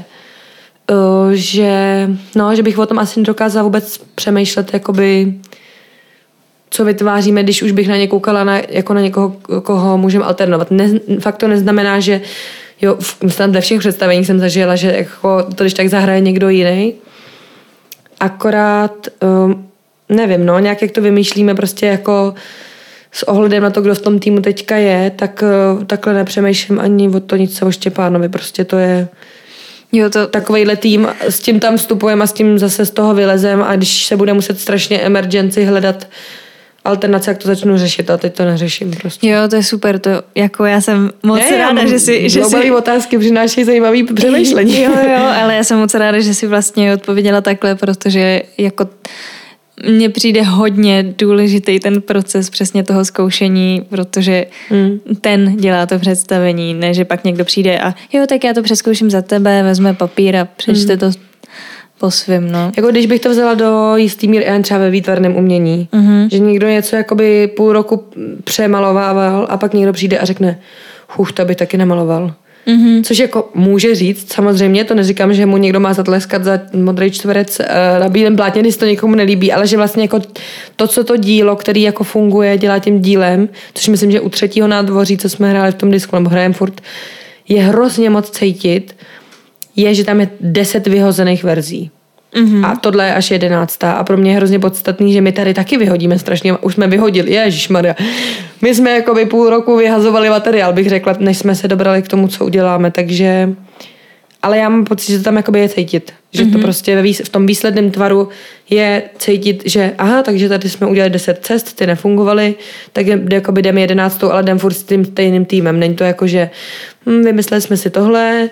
Že bych o tom asi nedokázala vůbec přemýšlet, jakoby, co vytváříme, když už bych na ně koukala jako na někoho, koho můžeme alternovat. Fakt to neznamená, že jo, ve všech představeních jsem zažila, že jako to když tak zahraje někdo jiný. Akorát, nevím, no, nějak jak to vymýšlíme prostě jako s ohledem na to, kdo v tom týmu teďka je, tak takhle nepřemýšlím ani o to nic o Štěpánovi. Prostě to je takovejhle tým, s tím tam vstupujeme a s tím zase z toho vylezem a když se bude muset strašně emergency hledat alternace, jak to začnu řešit a teď to neřeším prostě. Jo, to je super, to jako já jsem moc ráda, že si otázky přinášejí zajímavý přemýšlení. Jo, ale já jsem moc ráda, že si vlastně odpověděla takhle, protože jako mně přijde hodně důležitý ten proces přesně toho zkoušení, protože ten dělá to představení, ne, že pak někdo přijde a jo, tak já to přezkouším za tebe, vezme papír a přečte to po svým, no. Jako když bych to vzala do jistý míry třeba ve výtvarném umění, že někdo něco jakoby půl roku přemalovával a pak někdo přijde a řekne, to by taky nemaloval. Což jako může říct, samozřejmě, to neříkám, že mu někdo má zatleskat za modrý čtverec na bílém plátně, když to někomu nelíbí, ale že vlastně jako to, co to dílo, který jako funguje, dělá tím dílem, což myslím, že u 3. nádvoří, co jsme hráli v tom disku, nebo hrajeme furt, je hrozně moc cítit, je, že tam je 10 vyhozených verzí. A tohle je až 11. A pro mě je hrozně podstatný, že my tady taky vyhodíme strašně. Už jsme vyhodili, ježišmarja. My jsme jakoby půl roku vyhazovali materiál, bych řekla, než jsme se dobrali k tomu, co uděláme. Takže... Ale já mám pocit, že to tam jakoby je cítit. Že to prostě v tom výsledném tvaru je cítit, že aha, takže tady jsme udělali 10 cest, ty nefungovaly, tak jakoby jdeme 11, ale jdeme furt s tím stejným týmem. Není to jako, že vymysleli jsme si tohle,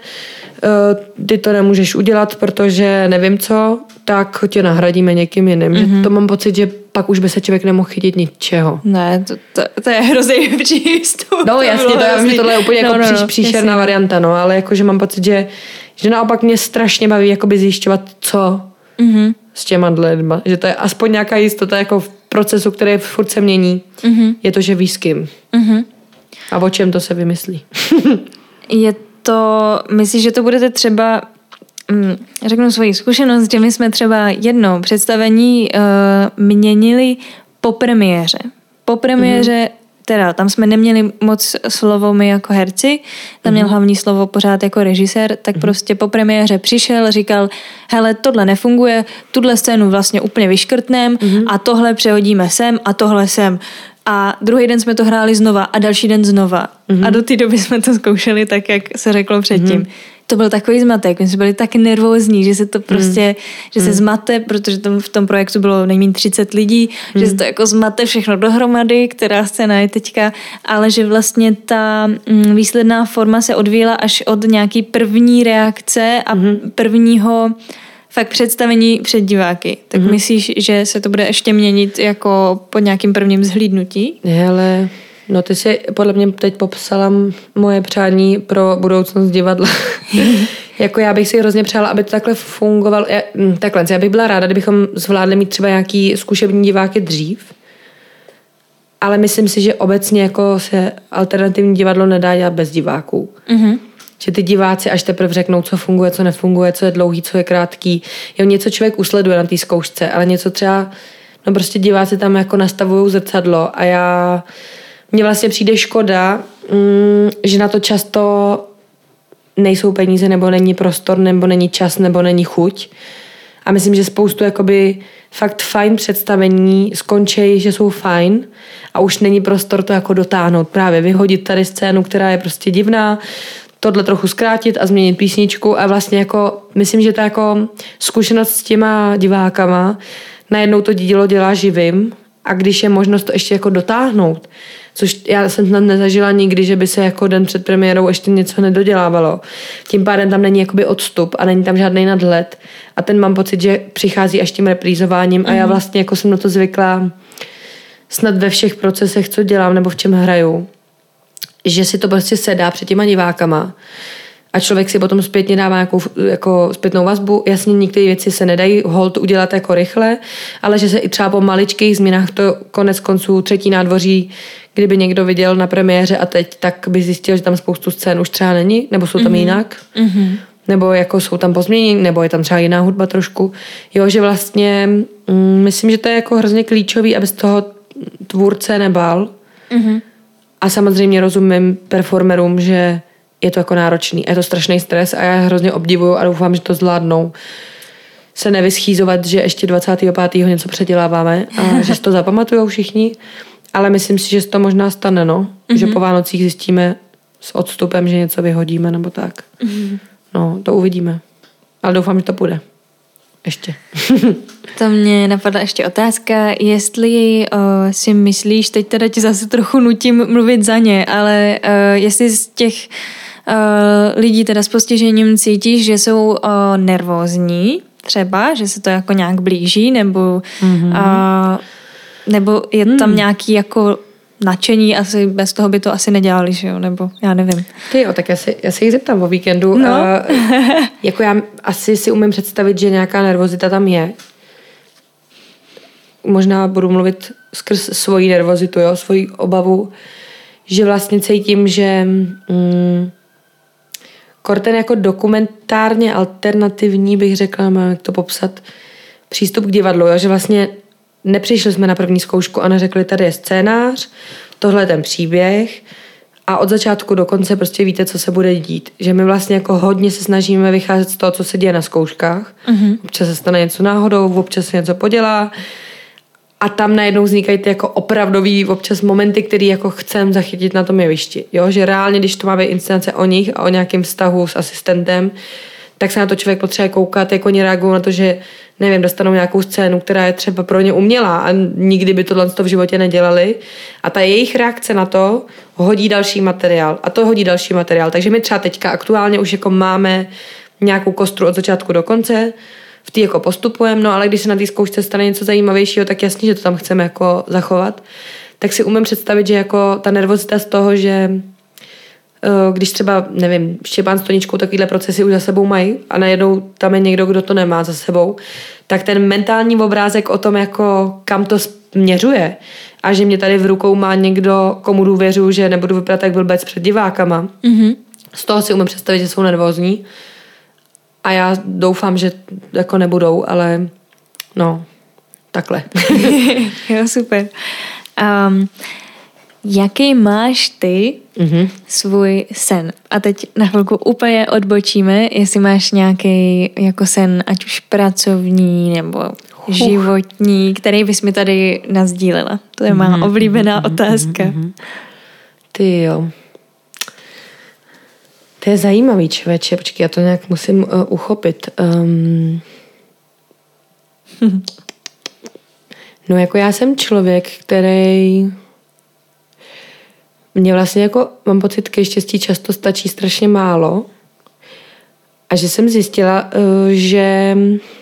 ty to nemůžeš udělat, protože nevím co, tak tě nahradíme někým jiným. Že to mám pocit, že pak už by se člověk nemohl chytit ničeho. Ne, to je hrozně přístup. No jasně, to já vím, že tohle je úplně jako příšerná varianta, no, ale jakože mám pocit, že naopak mě strašně baví jakoby zjišťovat, co s těma lidma. Že to je aspoň nějaká jistota jako v procesu, který furt se mění. Je to, že víš s kým. A o čem to se vymyslí. Je to, myslíš, že to budete třeba, řeknu svoji zkušenost, že my jsme třeba jedno představení měnili po premiéře. Po premiéře teda tam jsme neměli moc slovo my jako herci, tam měl hlavní slovo pořád jako režisér, tak prostě po premiéře přišel, říkal, hele, tohle nefunguje, tuhle scénu vlastně úplně vyškrtnem a tohle přehodíme sem a tohle sem. A druhý den jsme to hráli znova a další den znova. A do té doby jsme to zkoušeli tak, jak se řeklo předtím. To byl takový zmatek, my jsme byli tak nervózní, že se to prostě, že se zmate, protože v tom projektu bylo nejméně 30 lidí, že se to jako zmate všechno dohromady, která scéna je teďka, ale že vlastně ta výsledná forma se odvíjela až od nějaký první reakce a prvního fakt představení před diváky. Tak myslíš, že se to bude ještě měnit jako po nějakým prvním zhlídnutí? Hele, no ty jsi podle mě teď popsala moje přání pro budoucnost divadla. Jako já bych si hrozně přála, aby to takhle fungovalo. Já bych byla ráda, kdybychom zvládli mít třeba nějaký zkušební diváky dřív. Ale myslím si, že obecně jako se alternativní divadlo nedá dělat bez diváků. Že ty diváci až teprve řeknou, co funguje, co nefunguje, co je dlouhý, co je krátký. Jo, něco člověk usleduje na té zkoušce, ale něco třeba, no prostě diváci tam jako nastavují zrcadlo a mně vlastně přijde škoda, že na to často nejsou peníze, nebo není prostor, nebo není čas, nebo není chuť. A myslím, že spoustu jakoby fakt fajn představení skončí, že jsou fajn a už není prostor to jako dotáhnout. Právě vyhodit tady scénu, která je prostě divná, tohle trochu zkrátit a změnit písničku a vlastně jako, myslím, že to jako zkušenost s těma divákama najednou to dílo dělá živým a když je možnost to ještě jako dotáhnout, což já jsem snad nezažila nikdy, že by se jako den před premiérou ještě něco nedodělávalo. Tím pádem tam není jakoby odstup a není tam žádný nadhled a ten mám pocit, že přichází až tím reprízováním a já vlastně jako jsem na to zvykla snad ve všech procesech, co dělám nebo v čem hraju, že si to prostě sedá před těma divákama a člověk si potom zpětně dává nějakou jako zpětnou vazbu. Jasně, některé věci se nedají hold udělat jako rychle, ale že se i třeba po maličkých změnách to konec konců třetí nádvoří, kdyby někdo viděl na premiéře a teď, tak by zjistil, že tam spoustu scén už třeba není, nebo jsou tam jinak, nebo jako jsou tam pozměnění, nebo je tam třeba jiná hudba trošku. Jo, že vlastně myslím, že to je jako hrozně klíčový, aby z toho tvůrce nebál. A samozřejmě rozumím performerům, že je to jako náročný. Je to strašný stres a já hrozně obdivuju a doufám, že to zvládnou. Se nevyschýzovat, že ještě 25. něco předěláváme a že si to zapamatujou všichni. Ale myslím si, že se to možná stane, no. Že po Vánocích zjistíme s odstupem, že něco vyhodíme nebo tak. No, to uvidíme. Ale doufám, že to půjde. Ještě. To mě napadla ještě otázka, jestli si myslíš, teď teda ti zase trochu nutím mluvit za ně, ale jestli z těch lidí teda s postižením cítíš, že jsou nervózní třeba, že se to jako nějak blíží, nebo je tam nějaký jako nadšení, asi bez toho by to asi nedělali, že jo, nebo já nevím. Ty jo, tak já se jich zeptám o víkendu. No. Jako já asi si umím představit, že nějaká nervozita tam je. Možná budu mluvit skrz svoji nervozitu, jo, svoji obavu, že vlastně cítím, že ten jako dokumentárně alternativní, bych řekla, jak to popsat, přístup k divadlu, jo, že vlastně nepřišli jsme na první zkoušku a neřekli, tady je scénář, tohle je ten příběh a od začátku do konce prostě víte, co se bude dít. Že my vlastně jako hodně se snažíme vycházet z toho, co se děje na zkouškách. Občas se stane něco náhodou, občas se něco podělá a tam najednou vznikají ty jako opravdový občas momenty, který jako chcem zachytit na tom jevišti. Jo? Že reálně, když to má být inscenace o nich a o nějakém vztahu s asistentem, tak se na to člověk potřebuje koukat, jak oni reagují na to, že nevím, dostanou nějakou scénu, která je třeba pro ně umělá a nikdy by tohle v životě nedělali. A ta jejich reakce na to hodí další materiál. A to hodí další materiál. Takže my třeba teďka aktuálně už jako máme nějakou kostru od začátku do konce, v té jako postupujeme, no ale když se na té zkoušce stane něco zajímavějšího, tak jasně, že to tam chceme jako zachovat. Tak si umím představit, že jako ta nervozita z toho, že když třeba, nevím, Štěpán s Toničkou takovýhle procesy už za sebou mají a najednou tam je někdo, kdo to nemá za sebou, tak ten mentální obrázek o tom, jako kam to směřuje a že mě tady v rukou má někdo, komu důvěřuji, že nebudu vypadat tak blbec před divákama. Z toho si umím představit, že jsou nervózní a já doufám, že jako nebudou, ale no, takhle. Jo, super. Jaký máš ty svůj sen? A teď na chvilku úplně odbočíme, jestli máš nějaký jako sen, ať už pracovní nebo životní, který bys mi tady nasdílela. To je má oblíbená otázka. Ty jo. To je zajímavý, člověče. Počkej, já to nějak musím uchopit. No jako já jsem člověk, který... Mně vlastně jako, mám pocit, ke štěstí často stačí strašně málo a že jsem zjistila, že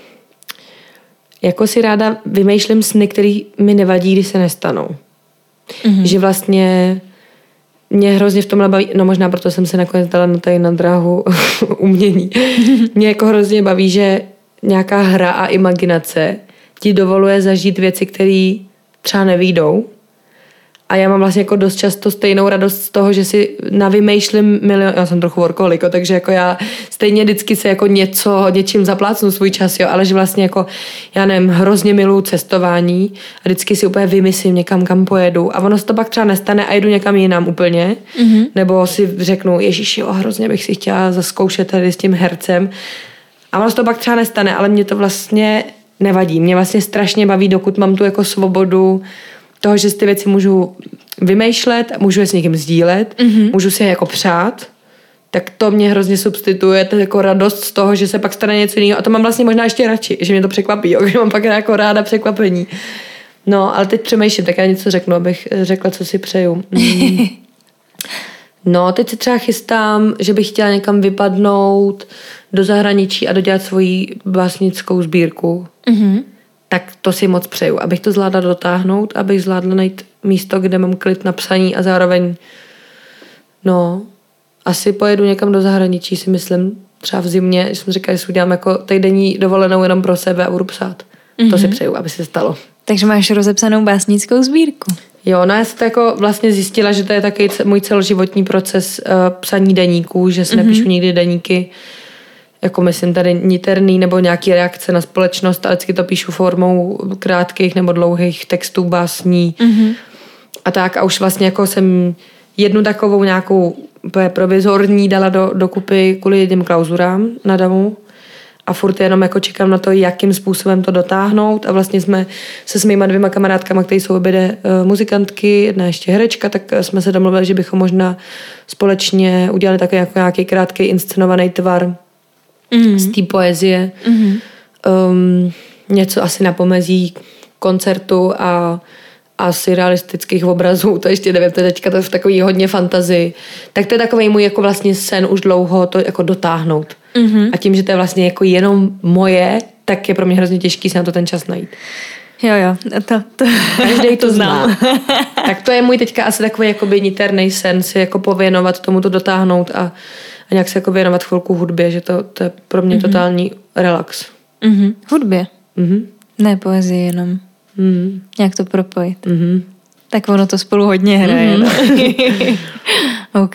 jako si ráda vymýšlím sny, který mi nevadí, když se nestanou. Že vlastně mě hrozně v tomhle baví, no možná proto jsem se nakonec dala na dráhu umění. Mě jako hrozně baví, že nějaká hra a imaginace ti dovoluje zažít věci, které třeba nevyjdou. A já mám vlastně jako dost často stejnou radost z toho, že si navymýšlím milion... Já jsem trochu workoholiko, takže jako já stejně vždycky se jako něčím zaplácnu svůj čas, jo, ale že vlastně jako, já nevím, hrozně miluju cestování a vždycky si úplně vymyslím někam, kam pojedu a ono se to pak třeba nestane a jdu někam jinam úplně. Nebo si řeknu, ježiši, hrozně bych si chtěla zaskoušet tady s tím hercem. A ono se to pak třeba nestane, ale mě to vlastně nevadí. Mě vlastně strašně baví, dokud mám tu jako svobodu toho, že si ty věci můžu vymýšlet, můžu je s někým sdílet, můžu si je jako přát, tak to mě hrozně substituje, to jako radost z toho, že se pak stane něco jiného. A to mám vlastně možná ještě radši, že mě to překvapí, jo? Že mám pak jako ráda překvapení. No, ale teď přemýšlím, tak já něco řeknu, abych řekla, co si přeju. No, teď se třeba chystám, že bych chtěla někam vypadnout do zahraničí a dodělat svoji básnickou sbírku. Tak to si moc přeju, abych to zvládla dotáhnout, abych zvládla najít místo, kde mám klid na psaní a zároveň asi pojedu někam do zahraničí, si myslím, třeba v zimě, že jsem říkala, že si udělám jako týdenní dovolenou jenom pro sebe a budu psát. To si přeju, aby se stalo. Takže máš rozepsanou básnickou sbírku. Jo, no já jsem to jako vlastně zjistila, že to je takový můj celoživotní proces psaní deníků, že si nepíšu nikdy deníky, jako myslím tady niterný nebo nějaký reakce na společnost, ale vždycky to píšu formou krátkých nebo dlouhých textů, básní a tak. A už vlastně jako jsem jednu takovou nějakou provizorní dala dokupy kvůli jedním klauzurám na DAMu a furt jenom jako čekám na to, jakým způsobem to dotáhnout a vlastně jsme se s mýma 2 kamarádkama, které jsou obě muzikantky, jedna ještě herečka, tak jsme se domluvili, že bychom možná společně udělali takový jako nějaký krátký inscenovaný tvar z té poezie. Něco asi na pomezí koncertu a surrealistických obrazů, to ještě nevím, to je teďka to v takový hodně fantazii. Tak to je takový můj jako vlastně sen už dlouho to jako dotáhnout. A tím, že to je vlastně jako jenom moje, tak je pro mě hrozně těžký se na to ten čas najít. Jo, to každej to zná. Tak to je můj teďka asi takový jakoby niternej sen si jako pověnovat tomu to dotáhnout a nějak se jako věnovat chvilku hudbě, že to je pro mě totální relax. Hudbě? Ne poezii jenom. Nějak to propojit. Tak ono to spolu hodně hraje. OK.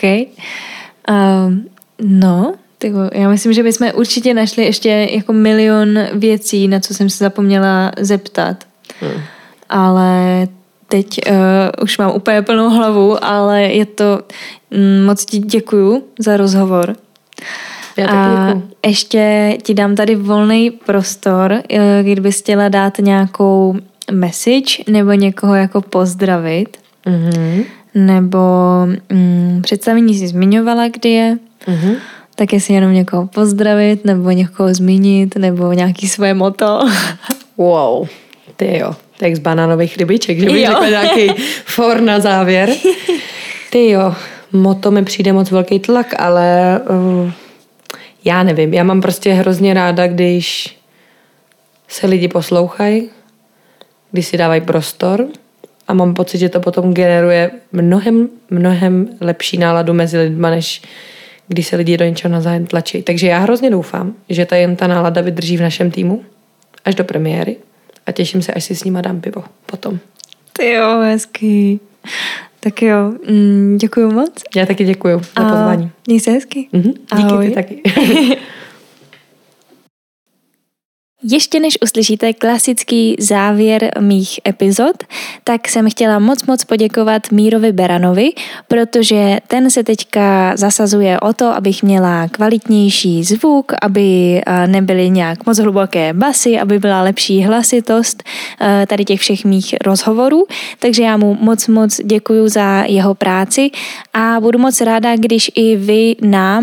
Já myslím, že bychom určitě našli ještě jako milion věcí, na co jsem se zapomněla zeptat. Ale teď už mám úplně plnou hlavu, ale je to, moc ti děkuju za rozhovor. Já taky děkuju. Ještě ti dám tady volný prostor, kdybys chtěla dát nějakou message nebo někoho jako pozdravit. Nebo představení si zmiňovala, kdy je. Tak jestli jenom někoho pozdravit, nebo někoho zmínit, nebo nějaký svoje moto. Wow, ty jo. Tak z banánových rybiček, že bych řekla nějaký for na závěr. Ty jo, moto mi přijde moc velký tlak, ale já nevím. Já mám prostě hrozně ráda, když se lidi poslouchají, když si dávají prostor a mám pocit, že to potom generuje mnohem lepší náladu mezi lidma, než když se lidi do něčeho navzájem tlačí. Takže já hrozně doufám, že ta nálada vydrží v našem týmu až do premiéry a těším se, až si s nima dám pivo potom. Ty jo, hezký. Tak jo, děkuju moc. Já taky děkuju za pozvání. Měj se hezky. Díky, ahoj. ty taky. Ještě než uslyšíte klasický závěr mých epizod, tak jsem chtěla moc poděkovat Mírovi Beranovi, protože ten se teďka zasazuje o to, abych měla kvalitnější zvuk, aby nebyly nějak moc hluboké basy, aby byla lepší hlasitost tady těch všech mých rozhovorů. Takže já mu moc děkuju za jeho práci a budu moc ráda, když i vy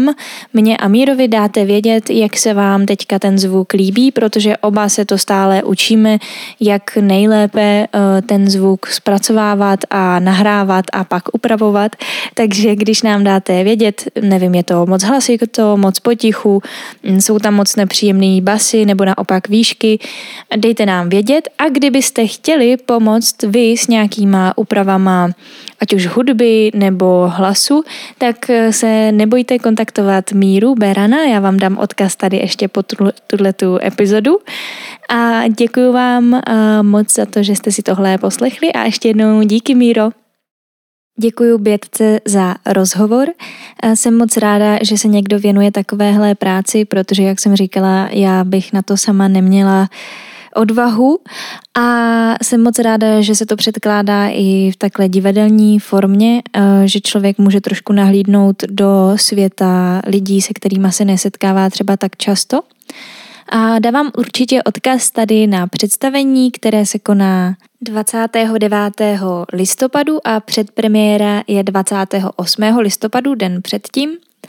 mě a Mírovi dáte vědět, jak se vám teďka ten zvuk líbí, protože oba se to stále učíme, jak nejlépe ten zvuk zpracovávat a nahrávat a pak upravovat. Takže když nám dáte vědět, nevím, je to moc hlasito, moc potichu, jsou tam moc nepříjemný basy nebo naopak výšky, dejte nám vědět a kdybyste chtěli pomoct vy s nějakýma úpravama, ať už hudby nebo hlasu, tak se nebojte kontaktovat Míru Berana, já vám dám odkaz tady ještě pod tuhletu epizodu. A děkuji vám moc za to, že jste si tohle poslechli a ještě jednou díky, Míro. Děkuji Bětce za rozhovor. Jsem moc ráda, že se někdo věnuje takovéhle práci, protože, jak jsem říkala, já bych na to sama neměla odvahu a jsem moc ráda, že se to předkládá i v takhle divadelní formě, že člověk může trošku nahlídnout do světa lidí, se kterými se nesetkává třeba tak často. A dávám určitě odkaz tady na představení, které se koná 29. listopadu a předpremiéra je 28. listopadu, den předtím.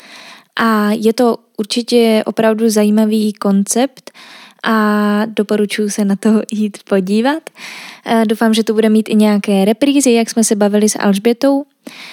A je to určitě opravdu zajímavý koncept a doporučuji se na to jít podívat. Doufám, že to bude mít i nějaké reprízy, jak jsme se bavili s Alžbětou.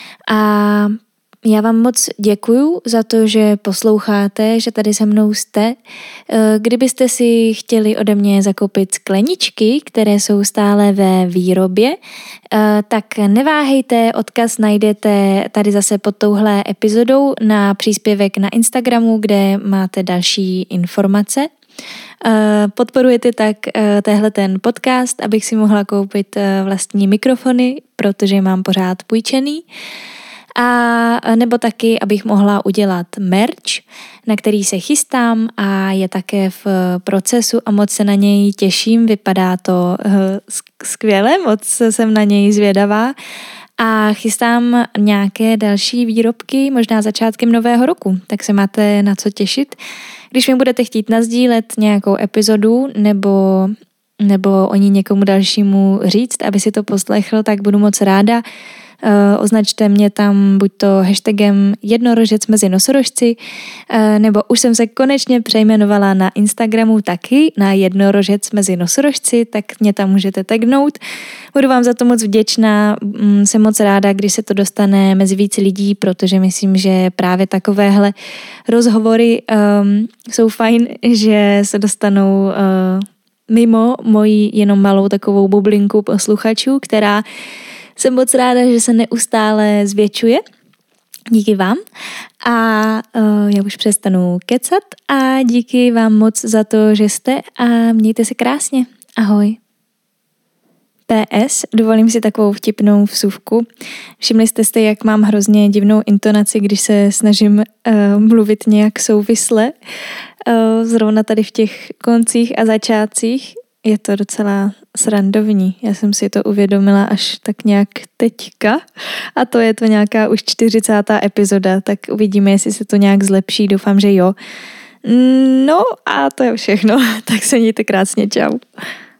A já vám moc děkuju za to, že posloucháte, že tady se mnou jste. Kdybyste si chtěli ode mě zakoupit skleničky, které jsou stále ve výrobě, tak neváhejte, odkaz najdete tady zase pod touhle epizodou na příspěvek na Instagramu, kde máte další informace. Podporujete tak téhle ten podcast, abych si mohla koupit vlastní mikrofony, protože mám pořád půjčený. A nebo taky, abych mohla udělat merch, na který se chystám a je také v procesu a moc se na něj těším, vypadá to skvěle, moc jsem na něj zvědavá a chystám nějaké další výrobky, možná začátkem nového roku, tak se máte na co těšit. Když mi budete chtít nasdílet nějakou epizodu nebo o ní někomu dalšímu říct, aby si to poslechl, tak budu moc ráda. Označte mě tam buď to hashtagem jednorožec mezi nosorožci, nebo už jsem se konečně přejmenovala na Instagramu taky na jednorožec mezi nosorožci, tak mě tam můžete tagnout. Budu vám za to moc vděčná, jsem moc ráda, když se to dostane mezi víc lidí, protože myslím, že právě takovéhle rozhovory jsou fajn, že se dostanou mimo moji jenom malou takovou bublinku posluchačů, která jsem moc ráda, že se neustále zvětšuje. Díky vám. A já už přestanu kecat a díky vám moc za to, že jste a mějte se krásně. Ahoj. PS, dovolím si takovou vtipnou vsuvku. Všimli jste si, jak mám hrozně divnou intonaci, když se snažím mluvit nějak souvisle. Zrovna tady v těch koncích a začátcích. je to docela srandovní. Já jsem si to uvědomila až tak nějak teďka a to je to nějaká už 40. epizoda, tak uvidíme, jestli se to nějak zlepší, doufám, že jo. No a to je všechno, tak se mějte krásně, čau.